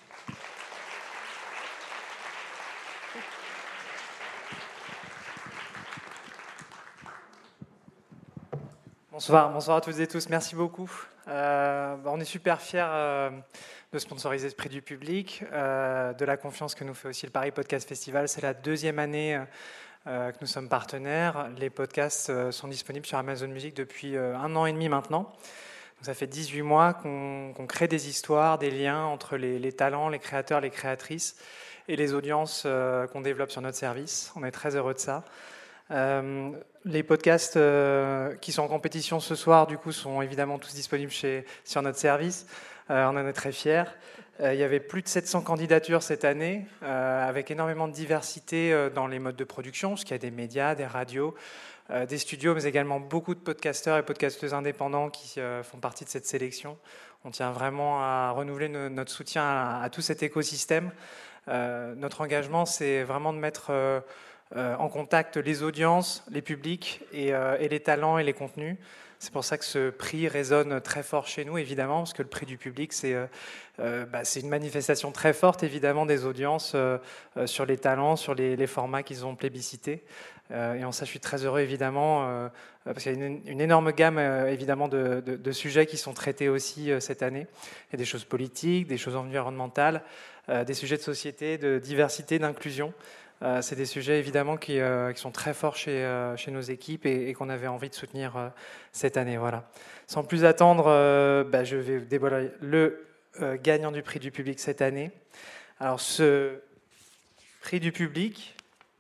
Bonsoir, bonsoir à toutes et tous, merci beaucoup. Euh, on est super fiers euh, de sponsoriser ce prix du public, euh, de la confiance que nous fait aussi le Paris Podcast Festival. C'est la deuxième année euh, que nous sommes partenaires. Les podcasts euh, sont disponibles sur Amazon Music depuis euh, un an et demi maintenant. Donc, ça fait dix-huit mois qu'on, qu'on crée des histoires, des liens entre les, les talents, les créateurs, les créatrices et les audiences euh, qu'on développe sur notre service. On est très heureux de ça. Euh, les podcasts euh, qui sont en compétition ce soir, du coup, sont évidemment tous disponibles chez, sur notre service. Euh, on en est très fiers. Euh, il y avait plus de sept cents candidatures cette année, euh, avec énormément de diversité euh, dans les modes de production, parce qu'il y a des médias, des radios, euh, des studios, mais également beaucoup de podcasteurs et podcasteuses indépendants qui euh, font partie de cette sélection. On tient vraiment à renouveler no- notre soutien à, à tout cet écosystème. Euh, notre engagement, c'est vraiment de mettre euh, euh, en contact les audiences, les publics et, euh, et les talents et les contenus. C'est pour ça que ce prix résonne très fort chez nous, évidemment, parce que le prix du public, c'est euh, euh, bah, c'est une manifestation très forte, évidemment, des audiences euh, euh, sur les talents, sur les, les formats qu'ils ont plébiscités. Euh, et en ça, je suis très heureux, évidemment, euh, parce qu'il y a une, une énorme gamme, euh, évidemment, de, de, de sujets qui sont traités aussi euh, cette année. Il y a des choses politiques, des choses environnementales, euh, des sujets de société, de diversité, d'inclusion. Euh, c'est des sujets évidemment qui, euh, qui sont très forts chez, euh, chez nos équipes et, et qu'on avait envie de soutenir euh, cette année. Voilà. Sans plus attendre, euh, bah, je vais dévoiler le euh, gagnant du prix du public cette année. Alors ce prix du public,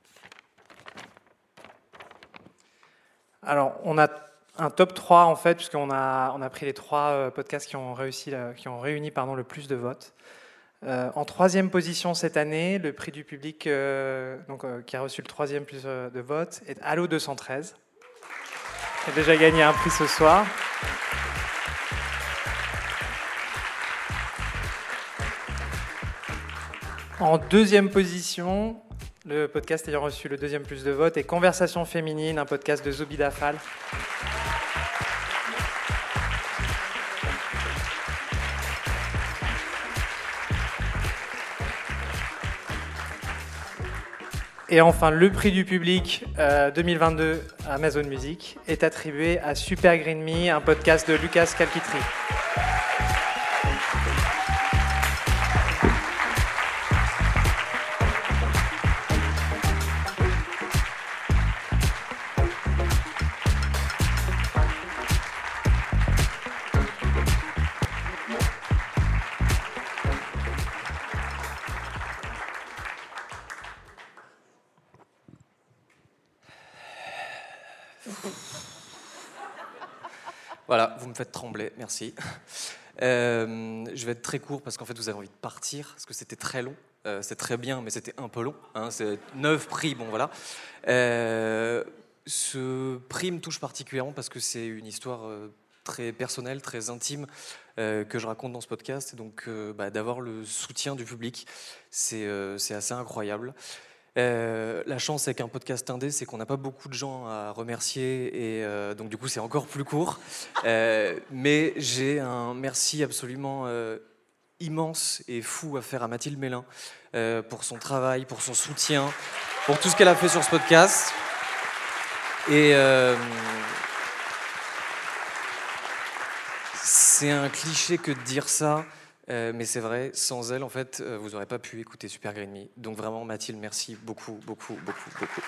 alors on a un top trois en fait, puisqu'on a, on a pris les trois euh, podcasts qui ont, réussi, là, qui ont réuni pardon, le plus de votes. Euh, en troisième position cette année, le prix du public euh, donc, euh, qui a reçu le troisième plus euh, de votes est Allo deux cent treize. Qui a déjà gagné un prix ce soir. En deuxième position, le podcast ayant reçu le deuxième plus de votes est Conversation féminine, un podcast de Zobida Fall. Et enfin, le prix du public euh, deux mille vingt-deux Amazon Music est attribué à Super Green Me, un podcast de Lucas Calquitri. Voilà, vous me faites trembler, merci. Euh, je vais être très court parce qu'en fait vous avez envie de partir, parce que c'était très long. Euh, c'est très bien, mais c'était un peu long. Hein, c'est neuf prix, bon voilà. Euh, ce prix me touche particulièrement parce que c'est une histoire euh, très personnelle, très intime euh, que je raconte dans ce podcast. Et donc euh, bah, d'avoir le soutien du public, c'est, euh, c'est assez incroyable. Euh, la chance avec un podcast indé, c'est qu'on n'a pas beaucoup de gens à remercier et euh, donc du coup c'est encore plus court. Euh, mais j'ai un merci absolument euh, immense et fou à faire à Mathilde Mélin euh, pour son travail, pour son soutien, pour tout ce qu'elle a fait sur ce podcast. Et euh, c'est un cliché que de dire ça. Euh, mais c'est vrai, sans elle, en fait, euh, vous n'aurez pas pu écouter Super Green Me. Donc vraiment, Mathilde, merci beaucoup, beaucoup, beaucoup, beaucoup.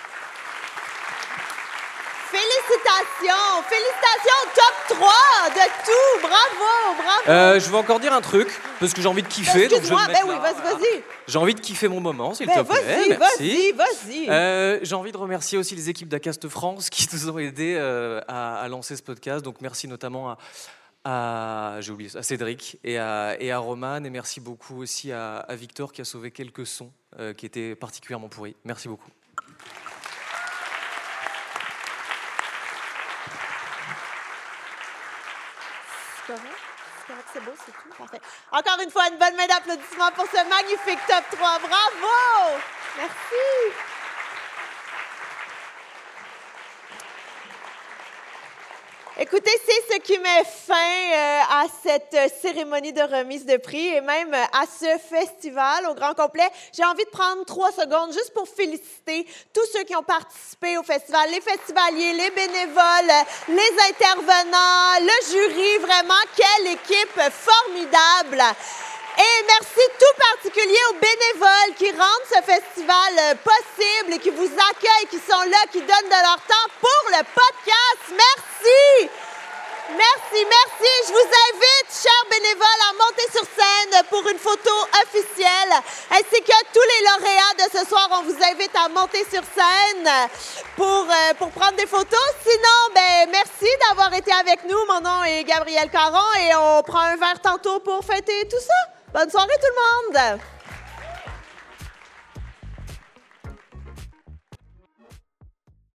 Félicitations! Félicitations au top trois de tout! Bravo! Bravo! Euh, je vais encore dire un truc, parce que j'ai envie de kiffer. Donc je vais me Excuse-moi, mettre ben oui, là, vas-y, voilà. vas-y! J'ai envie de kiffer mon moment, s'il Ben te plaît. vas-y, Merci. vas-y, vas-y. Euh, j'ai envie de remercier aussi les équipes d'Acast France qui nous ont aidés euh, à, à lancer ce podcast. Donc merci notamment à... à, j'ai oublié, à Cédric et à, et à Roman, et merci beaucoup aussi à, à Victor qui a sauvé quelques sons euh, qui étaient particulièrement pourris. Merci beaucoup. C'est correct? C'est correct, c'est beau, c'est tout? Parfait. Encore une fois, une bonne main d'applaudissements pour ce magnifique top trois. Bravo! Merci! Écoutez, c'est ce qui met fin euh, à cette cérémonie de remise de prix et même à ce festival au grand complet. J'ai envie de prendre trois secondes juste pour féliciter tous ceux qui ont participé au festival, les festivaliers, les bénévoles, les intervenants, le jury. Vraiment, quelle équipe formidable! Et merci tout particulier aux bénévoles qui rendent ce festival possible et qui vous accueillent, qui sont là, qui donnent de leur temps pour le podcast. Merci! Merci, merci. Je vous invite, chers bénévoles, à monter sur scène pour une photo officielle. Ainsi que tous les lauréats de ce soir, on vous invite à monter sur scène pour, euh, pour prendre des photos. Sinon, ben, merci d'avoir été avec nous. Mon nom est Gabrielle Caron et on prend un verre tantôt pour fêter tout ça. Bonne soirée tout le monde!